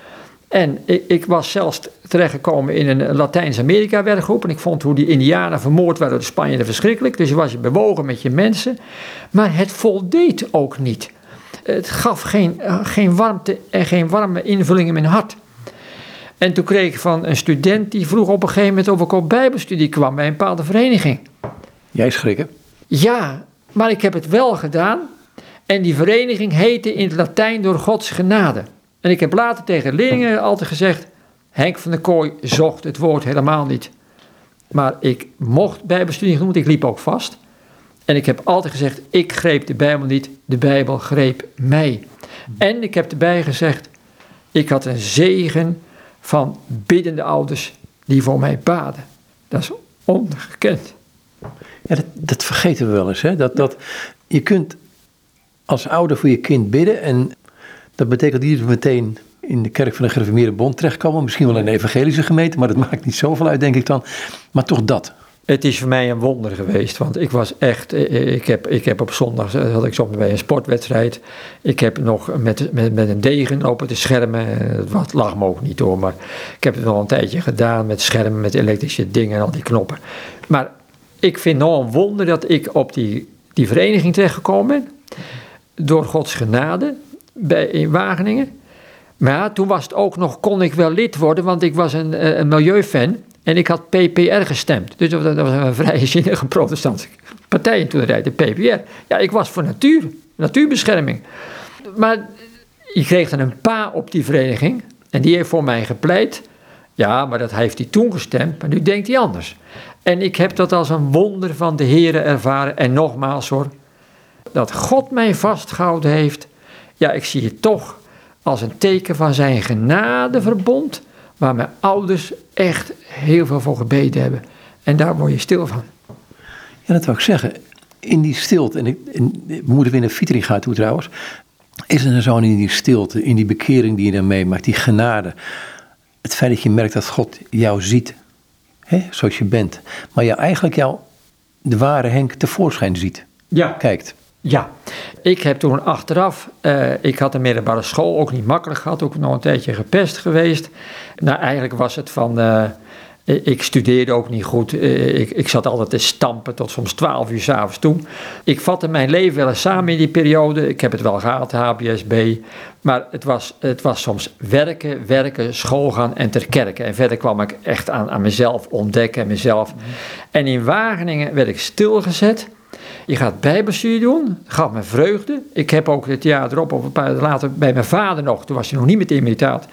En ik, ik was zelfs terechtgekomen in een Latijns-Amerika werkgroep. En ik vond hoe die Indianen vermoord werden door de Spanjaarden verschrikkelijk. Dus je was je bewogen met je mensen. Maar het voldeed ook niet. Het gaf geen, geen warmte en geen warme invulling in mijn hart. En toen kreeg ik van een student die vroeg op een gegeven moment of ik op bijbelstudie kwam bij een bepaalde vereniging. Jij schrikken? Ja, maar ik heb het wel gedaan. En die vereniging heette in het Latijn door Gods genade. En ik heb later tegen leerlingen altijd gezegd, Henk van der Kooi zocht het woord helemaal niet. Maar ik mocht bijbelstudie genoemd, ik liep ook vast. En ik heb altijd gezegd, ik greep de Bijbel niet, de Bijbel greep mij. En ik heb erbij gezegd, ik had een zegen van biddende ouders die voor mij baden. Dat is ongekend. Ja, dat, dat vergeten we wel eens. Hè? Dat, dat, je kunt als ouder voor je kind bidden en dat betekent niet dat we meteen in de kerk van de Gereformeerde Bond terechtkomen. Misschien wel in een evangelische gemeente, maar dat maakt niet zoveel uit, denk ik dan. Maar toch dat. Het is voor mij een wonder geweest, want ik was echt, ik heb, ik heb op zondag, had ik soms bij een sportwedstrijd, ik heb nog met, met, met een degen lopen te schermen, wat lag me ook niet door, maar ik heb het nog een tijdje gedaan met schermen, met elektrische dingen en al die knoppen. Maar ik vind nog een wonder dat ik op die, die vereniging terechtgekomen ben, door Gods genade, bij, in Wageningen. Maar ja, toen was het ook nog, kon ik wel lid worden, want ik was een, een milieufan. En ik had P P R gestemd. Dus dat was een vrijzinnige protestantse partij in toen de tijd, de P P R. Ja, ik was voor natuur, natuurbescherming. Maar je kreeg dan een pa op die vereniging. En die heeft voor mij gepleit. Ja, maar dat heeft hij toen gestemd. Maar nu denkt hij anders. En ik heb dat als een wonder van de Heere ervaren. En nogmaals hoor, dat God mij vastgehouden heeft. Ja, ik zie het toch als een teken van zijn genadeverbond, waar mijn ouders echt heel veel voor gebeden hebben. En daar word je stil van. Ja, dat wou ik zeggen. In die stilte, en, ik, en we moeten weer naar Vitringa toe trouwens, is er zo in die stilte, in die bekering die je dan meemaakt, die genade, het feit dat je merkt dat God jou ziet, hè, zoals je bent, maar jou eigenlijk jou, de ware Henk, tevoorschijn ziet, ja. Kijkt. Ja, ik heb toen achteraf, uh, ik had een middelbare school ook niet makkelijk gehad, ook nog een tijdje gepest geweest. Nou, eigenlijk was het van, uh, ik studeerde ook niet goed, uh, ik, ik zat altijd te stampen tot soms twaalf uur 's avonds toe. Ik vatte mijn leven wel eens samen in die periode, ik heb het wel gehad, H B S B, maar het was, het was soms werken, werken, school gaan en ter kerke. En verder kwam ik echt aan, aan mezelf ontdekken en mezelf. Mm-hmm. En in Wageningen werd ik stilgezet. Je gaat bijbelstudie doen, dat gaf me vreugde. Ik heb ook het jaar erop of een paar jaar later bij mijn vader nog, toen was hij nog niet met immuniteit,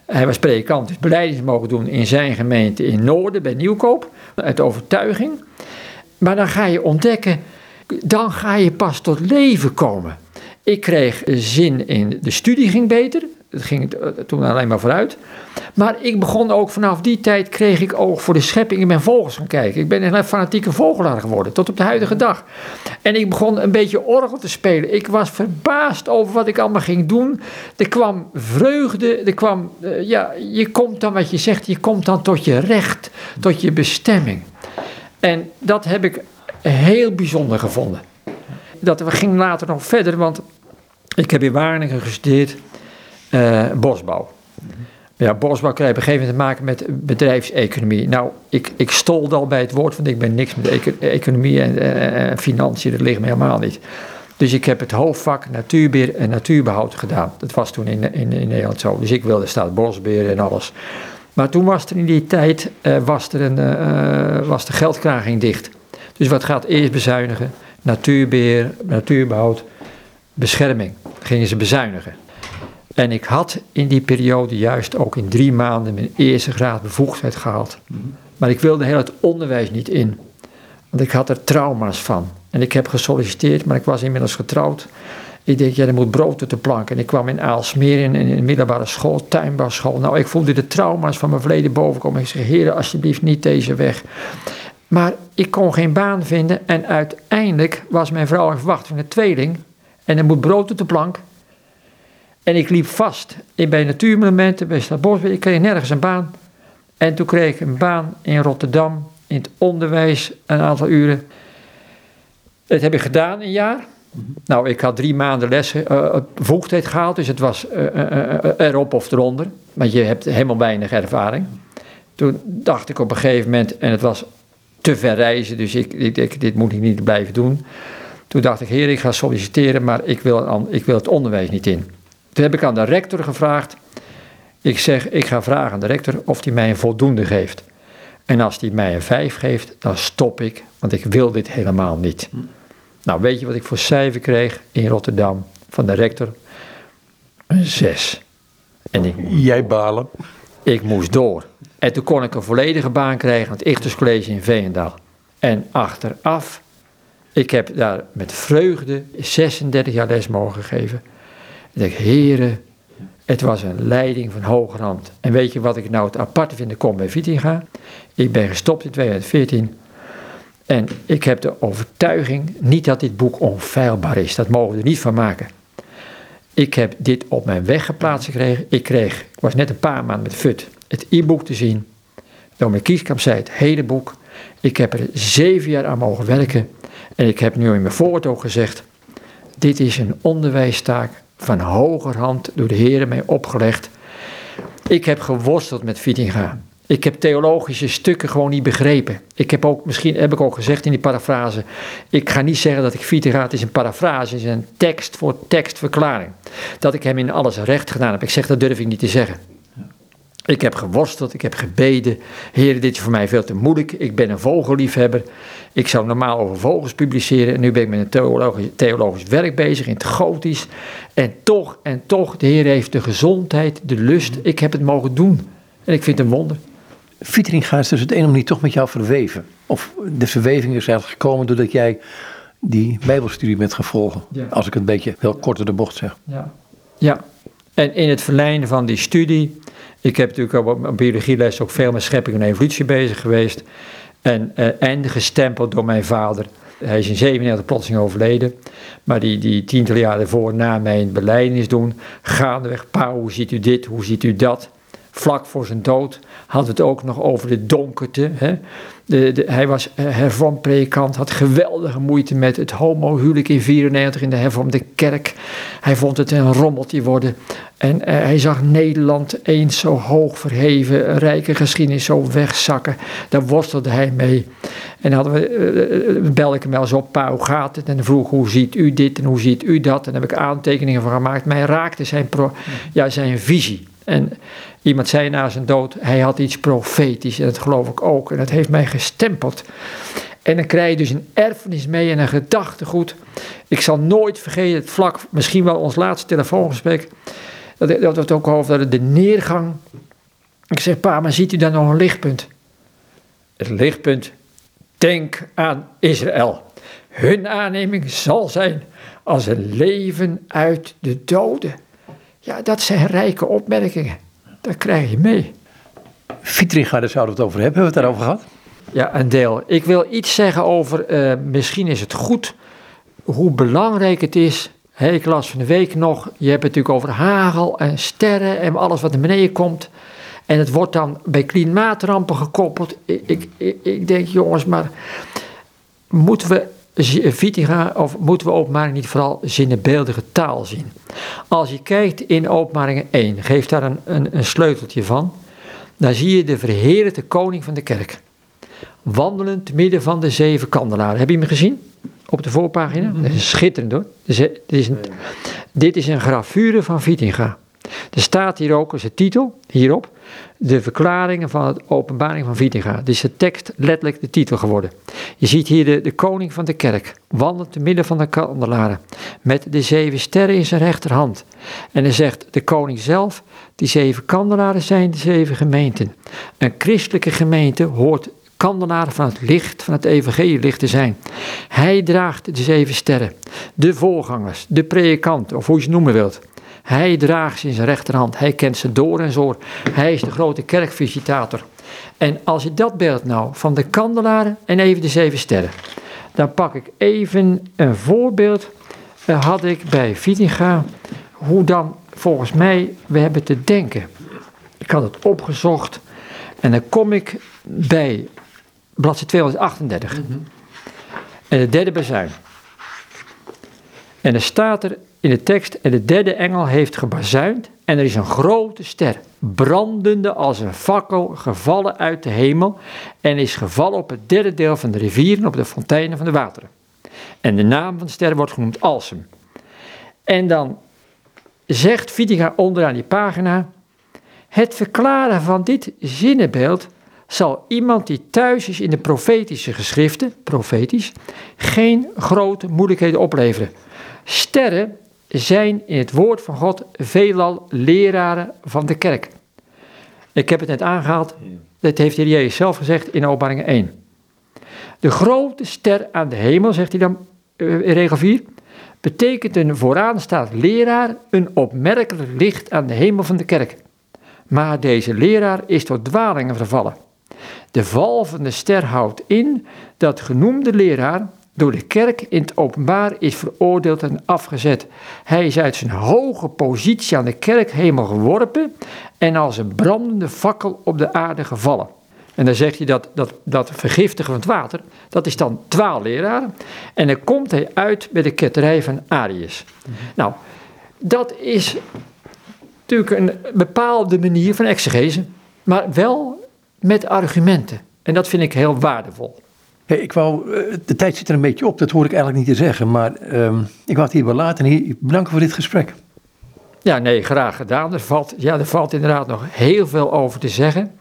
Hij was predikant, dus belijdenis mogen doen in zijn gemeente in Noorden, bij Nieuwkoop, uit overtuiging. Maar dan ga je ontdekken, dan ga je pas tot leven komen. Ik kreeg zin in, de studie ging beter, het ging toen alleen maar vooruit. Maar ik begon ook vanaf die tijd, kreeg ik oog voor de schepping in mijn vogels gaan kijken. Ik ben een fanatieke vogelaar geworden, tot op de huidige dag. En ik begon een beetje orgel te spelen. Ik was verbaasd over wat ik allemaal ging doen. Er kwam vreugde, er kwam, uh, ja, je komt dan wat je zegt, je komt dan tot je recht, tot je bestemming. En dat heb ik heel bijzonder gevonden. Dat we gingen later nog verder, want ik heb in Wageningen gestudeerd uh, bosbouw. Ja, bosbouw krijg je op een gegeven moment te maken met bedrijfseconomie. Nou, ik, ik stolde al bij het woord, want ik ben niks met eco- economie en, en, en financiën, dat ligt me helemaal niet. Dus ik heb het hoofdvak natuurbeheer en natuurbehoud gedaan. Dat was toen in, in, in Nederland zo. Dus ik wilde staatsbosbeheer en alles. Maar toen was er in die tijd uh, was er een, uh, was de geldkraan ging dicht. Dus wat gaat eerst bezuinigen? Natuurbeheer, natuurbehoud, bescherming. Gingen ze bezuinigen. En ik had in die periode juist ook in drie maanden mijn eerste graad bevoegdheid gehaald. Maar ik wilde heel het onderwijs niet in. Want ik had er trauma's van. En ik heb gesolliciteerd, maar ik was inmiddels getrouwd. Ik denk, ja, er moet brood op de plank. En ik kwam in Aalsmeer in, in een middelbare school, tuinbouwschool. Nou, ik voelde de trauma's van mijn verleden bovenkomen. Ik zei, heren, alsjeblieft niet deze weg. Maar ik kon geen baan vinden. En uiteindelijk was mijn vrouw verwacht van een tweeling. En er moet brood op de plank. En ik liep vast bij natuurmonumenten, bij Staatsbos. Ik kreeg nergens een baan. En toen kreeg ik een baan in Rotterdam, in het onderwijs, een aantal uren. Dat heb ik gedaan, een jaar. Nou, ik had drie maanden lessen, uh, bevoegdheid gehaald, dus het was uh, uh, uh, erop of eronder. Want je hebt helemaal weinig ervaring. Toen dacht ik op een gegeven moment, en het was te ver reizen, dus ik, ik, ik, dit moet ik niet blijven doen. Toen dacht ik, heer, ik ga solliciteren, maar ik wil, ik wil het onderwijs niet in. Toen heb ik aan de rector gevraagd. Ik zeg, ik ga vragen aan de rector of hij mij een voldoende geeft. En als hij mij een vijf geeft, dan stop ik, want ik wil dit helemaal niet. Nou, weet je wat ik voor cijfer kreeg in Rotterdam van de rector? Een zes. En ik, Jij balen. Ik moest door. En toen kon ik een volledige baan krijgen aan het Ichters College in Veenendaal. En achteraf, ik heb daar met vreugde zesendertig jaar les mogen geven. Ik denk, heren, het was een leiding van hogerhand. En weet je wat ik nou het aparte vind, ik kom bij Vitinga. Ik ben gestopt in tweeduizend veertien. En ik heb de overtuiging, niet dat dit boek onfeilbaar is. Dat mogen we er niet van maken. Ik heb dit op mijn weg geplaatst gekregen. Ik kreeg, ik was net een paar maanden met F U T, het e-book te zien. Dominee Kieskamp zei het hele boek. Ik heb er zeven jaar aan mogen werken. En ik heb nu in mijn woord ook gezegd, dit is een onderwijstaak van hogerhand door de Heer mij opgelegd. Ik heb geworsteld met Vitinga. Ik heb theologische stukken gewoon niet begrepen. Ik heb ook, misschien heb ik ook gezegd in die parafrase, ik ga niet zeggen dat ik Vitinga, het is een parafrase, het is een tekst voor tekstverklaring. Dat ik hem in alles recht gedaan heb. Ik zeg, dat durf ik niet te zeggen. Ik heb geworsteld, ik heb gebeden. Heer, dit is voor mij veel te moeilijk. Ik ben een vogelliefhebber. Ik zou normaal over vogels publiceren. En nu ben ik met een theologisch, theologisch werk bezig in het Gotisch. En toch, en toch, de Heer heeft de gezondheid, de lust. Ik heb het mogen doen. En ik vind het een wonder. Vitinga is dus het een of niet toch met jou verweven. Of de verweving is eigenlijk gekomen doordat jij die bijbelstudie bent gaan volgen. Ja. Als ik het een beetje heel kort door de bocht zeg. Ja. Ja. En in het verlengde van die studie, ik heb natuurlijk op biologieles ook veel met schepping en evolutie bezig geweest. En, uh, en gestempeld door mijn vader. Hij is in zevenennegentig plotseling overleden. Maar die, die tientallen jaren voor na mijn belijdenis doen, gaandeweg, pa, hoe ziet u dit, hoe ziet u dat? Vlak voor zijn dood hadden we het ook nog over de donkerte. Hè? De, de, hij was hervormd predikant, had geweldige moeite met het homohuwelijk in vierennegentig in de hervormde kerk. Hij vond het een rommeltje worden. En uh, hij zag Nederland eens zo hoog verheven, een rijke geschiedenis zo wegzakken. Daar worstelde hij mee. En dan hadden we, uh, belde ik hem wel eens op, pa, hoe gaat het? En dan vroeg, hoe ziet u dit en hoe ziet u dat? En daar heb ik aantekeningen van gemaakt. Mij raakte zijn, pro, ja, zijn visie. En iemand zei na zijn dood, hij had iets profetisch en dat geloof ik ook. En dat heeft mij gestempeld. En dan krijg je dus een erfenis mee en een gedachtegoed. Ik zal nooit vergeten, het vlak, misschien wel ons laatste telefoongesprek. dat, dat het ook over de neergang. Ik zeg, pa, maar ziet u daar nog een lichtpunt? Het lichtpunt, denk aan Israël. Hun aanneming zal zijn als een leven uit de doden. Ja, dat zijn rijke opmerkingen. Dat krijg je mee. Vitringa, daar zouden we het over hebben. Hebben we het daarover gehad? Ja, een deel. Ik wil iets zeggen over, uh, misschien is het goed, hoe belangrijk het is. Hey, ik las van de week nog, je hebt het natuurlijk over hagel en sterren en alles wat naar beneden komt. En het wordt dan bij klimaatrampen gekoppeld. Ik, ik, ik, ik denk, jongens, maar moeten we Vitringa of moeten we Openbaring niet vooral zinnebeeldige taal zien? Als je kijkt in Openbaring één, geef daar een, een, een sleuteltje van, dan zie je de verheerlijkte koning van de kerk. Wandelend te midden van de zeven kandelaren. Heb je hem gezien? Op de voorpagina? Dat is schitterend hoor. Dit is een, dit is een gravure van Vitringa. Er staat hier ook als de titel, hierop, de verklaringen van de Openbaring van Vitringa. Dit is de tekst letterlijk de titel geworden. Je ziet hier de, de koning van de kerk, wandelend te midden van de kandelaren, met de zeven sterren in zijn rechterhand. En hij zegt, de koning zelf, die zeven kandelaren zijn de zeven gemeenten. Een christelijke gemeente hoort kandelaren van het licht, van het evangelielicht te zijn. Hij draagt de zeven sterren, de voorgangers, de predikant, of hoe je ze noemen wilt. Hij draagt ze in zijn rechterhand, hij kent ze door en door. Hij is de grote kerkvisitator. En als je dat beeld nou van de kandelaren en even de zeven sterren, dan pak ik even een voorbeeld, uh, had ik bij Vitringa, hoe dan volgens mij we hebben te denken. Ik had het opgezocht en dan kom ik bij bladzijde tweehonderdachtendertig. Mm-hmm. En de derde bazuin. En er staat er in de tekst, en de derde engel heeft gebazuind en er is een grote ster, brandende als een fakkel, gevallen uit de hemel en is gevallen op het derde deel van de rivieren, op de fonteinen van de wateren. En de naam van de ster wordt genoemd Alsem. En dan zegt Vitringa onderaan die pagina, het verklaren van dit zinnenbeeld zal iemand die thuis is in de profetische geschriften, profetisch, geen grote moeilijkheden opleveren. Sterren zijn in het woord van God veelal leraren van de kerk. Ik heb het net aangehaald, dat heeft de Heer Jezus zelf gezegd in Openbaring één. De grote ster aan de hemel, zegt hij dan in regel vier, betekent een vooraanstaand leraar, een opmerkelijk licht aan de hemel van de kerk. Maar deze leraar is tot dwalingen vervallen. De val van de ster houdt in dat genoemde leraar door de kerk in het openbaar is veroordeeld en afgezet. Hij is uit zijn hoge positie aan de kerkhemel geworpen en als een brandende fakkel op de aarde gevallen. En dan zegt hij dat, dat, dat vergiftigen van het water, dat is dan dwaalleraren. En dan komt hij uit bij de ketterij van Arius. Mm-hmm. Nou, dat is natuurlijk een bepaalde manier van exegese, maar wel met argumenten. En dat vind ik heel waardevol. Hey, ik wou, de tijd zit er een beetje op, dat hoor ik eigenlijk niet te zeggen, maar um, ik wou het hierbij laten en hier bedanken voor dit gesprek. Ja, nee, graag gedaan. Er valt, ja, er valt inderdaad nog heel veel over te zeggen.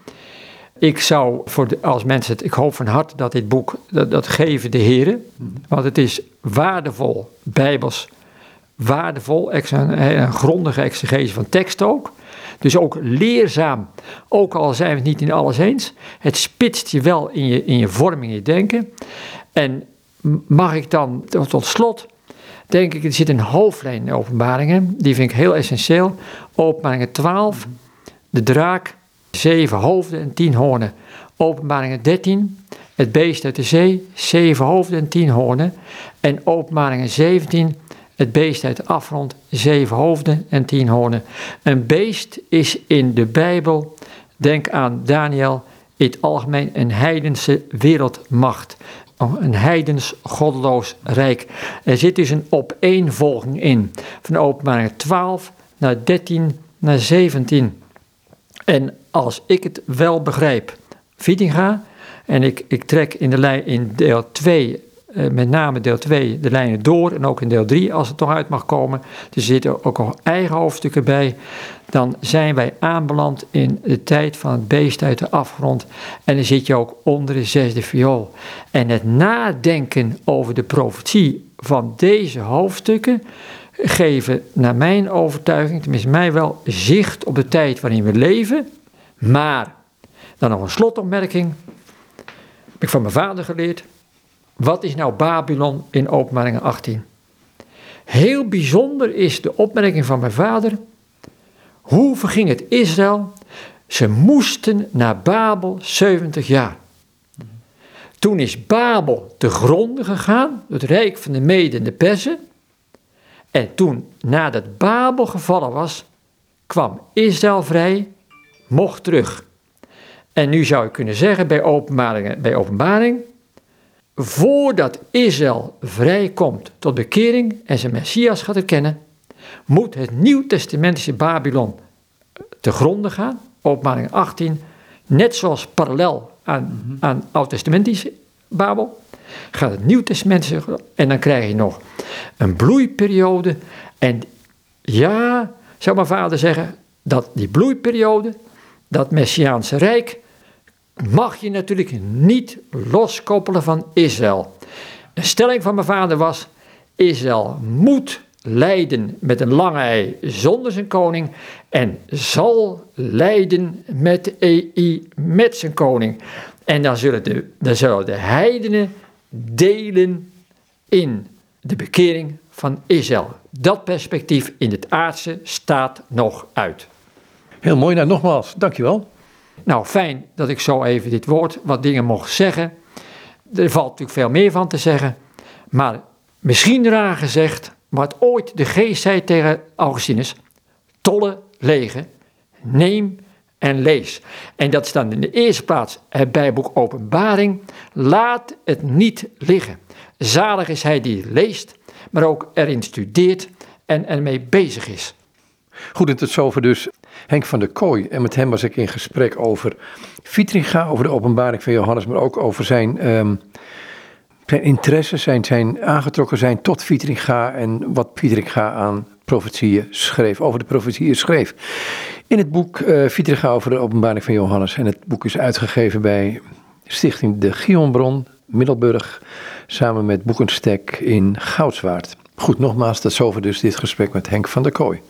Ik zou, voor de, als mensen het, ik hoop van harte dat dit boek, dat, dat geven de heren, want het is waardevol, bijbels, waardevol, een, een grondige exegese van tekst ook. Dus ook leerzaam, ook al zijn we het niet in alles eens. Het spitst je wel in je, in je vorming, in je denken. En mag ik dan tot slot, denk ik, er zit een hoofdlijn in Openbaringen. Die vind ik heel essentieel. Openbaringen twaalf, de draak, zeven hoofden en tien hoornen. Openbaringen dertien, het beest uit de zee, zeven hoofden en tien hoornen. En Openbaringen zeventien, het beest uit de afgrond, zeven hoofden en tien hoornen. Een beest is in de Bijbel, denk aan Daniel, in het algemeen een heidense wereldmacht. Een heidens goddeloos rijk. Er zit dus een opeenvolging in. Van Openbaring twaalf naar dertien naar zeventien. En als ik het wel begrijp, Vitringa, en ik, ik trek in, de lijn, in deel twee, uh, met name deel twee, de lijnen door en ook in deel drie, als het nog uit mag komen. Er zitten ook al eigen hoofdstukken bij. Dan zijn wij aanbeland in de tijd van het beest uit de afgrond. En dan zit je ook onder de zesde viool. En het nadenken over de profetie van deze hoofdstukken geven naar mijn overtuiging, tenminste mij wel, zicht op de tijd waarin we leven. Maar, dan nog een slotopmerking, heb ik van mijn vader geleerd. Wat is nou Babylon in Openbaringen achttien? Heel bijzonder is de opmerking van mijn vader. Hoe verging het Israël? Ze moesten naar Babel zeventig jaar. Toen is Babel te gronden gegaan, het rijk van de Meden en de Perzen. En toen, nadat Babel gevallen was, kwam Israël vrij, mocht terug. En nu zou je kunnen zeggen bij openbaring, bij openbaring, voordat Israël vrijkomt tot bekering en zijn Messias gaat erkennen, moet het Nieuw-testamentische Babylon te gronden gaan, openbaring achttien, net zoals parallel aan, mm-hmm. aan Oud-testamentische Babel, gaat het Nieuw-testamentische, en dan krijg je nog een bloeiperiode. En ja, zou mijn vader zeggen, dat die bloeiperiode, dat Messiaanse Rijk, mag je natuurlijk niet loskoppelen van Israël. De stelling van mijn vader was, Israël moet lijden met een lange ei zonder zijn koning en zal lijden met E I met zijn koning. En dan zullen de, dan zullen de heidenen delen in de bekering van Israël. Dat perspectief in het aardse staat nog uit. Heel mooi, nou nogmaals, dankjewel. Nou, fijn dat ik zo even dit woord, wat dingen mocht zeggen. Er valt natuurlijk veel meer van te zeggen, maar misschien raar gezegd, wat ooit de geest zei tegen Augustinus, tolle lege, neem en lees. En dat is dan in de eerste plaats het Bijbelboek Openbaring. Laat het niet liggen. Zalig is hij die leest, maar ook erin studeert en ermee bezig is. Goed, en tot zover dus Henk van der Kooi. En met hem was ik in gesprek over Vitringa, over de openbaring van Johannes, maar ook over zijn, um, zijn interesse, zijn, zijn aangetrokken zijn tot Vitringa en wat Vitringa aan profetieën schreef, over de profetieën schreef. In het boek uh, Vitringa over de openbaring van Johannes. En het boek is uitgegeven bij Stichting de Gionbron, Middelburg, samen met Boekenstek in Goudswaard. Goed, nogmaals, tot zover dus dit gesprek met Henk van der Kooi.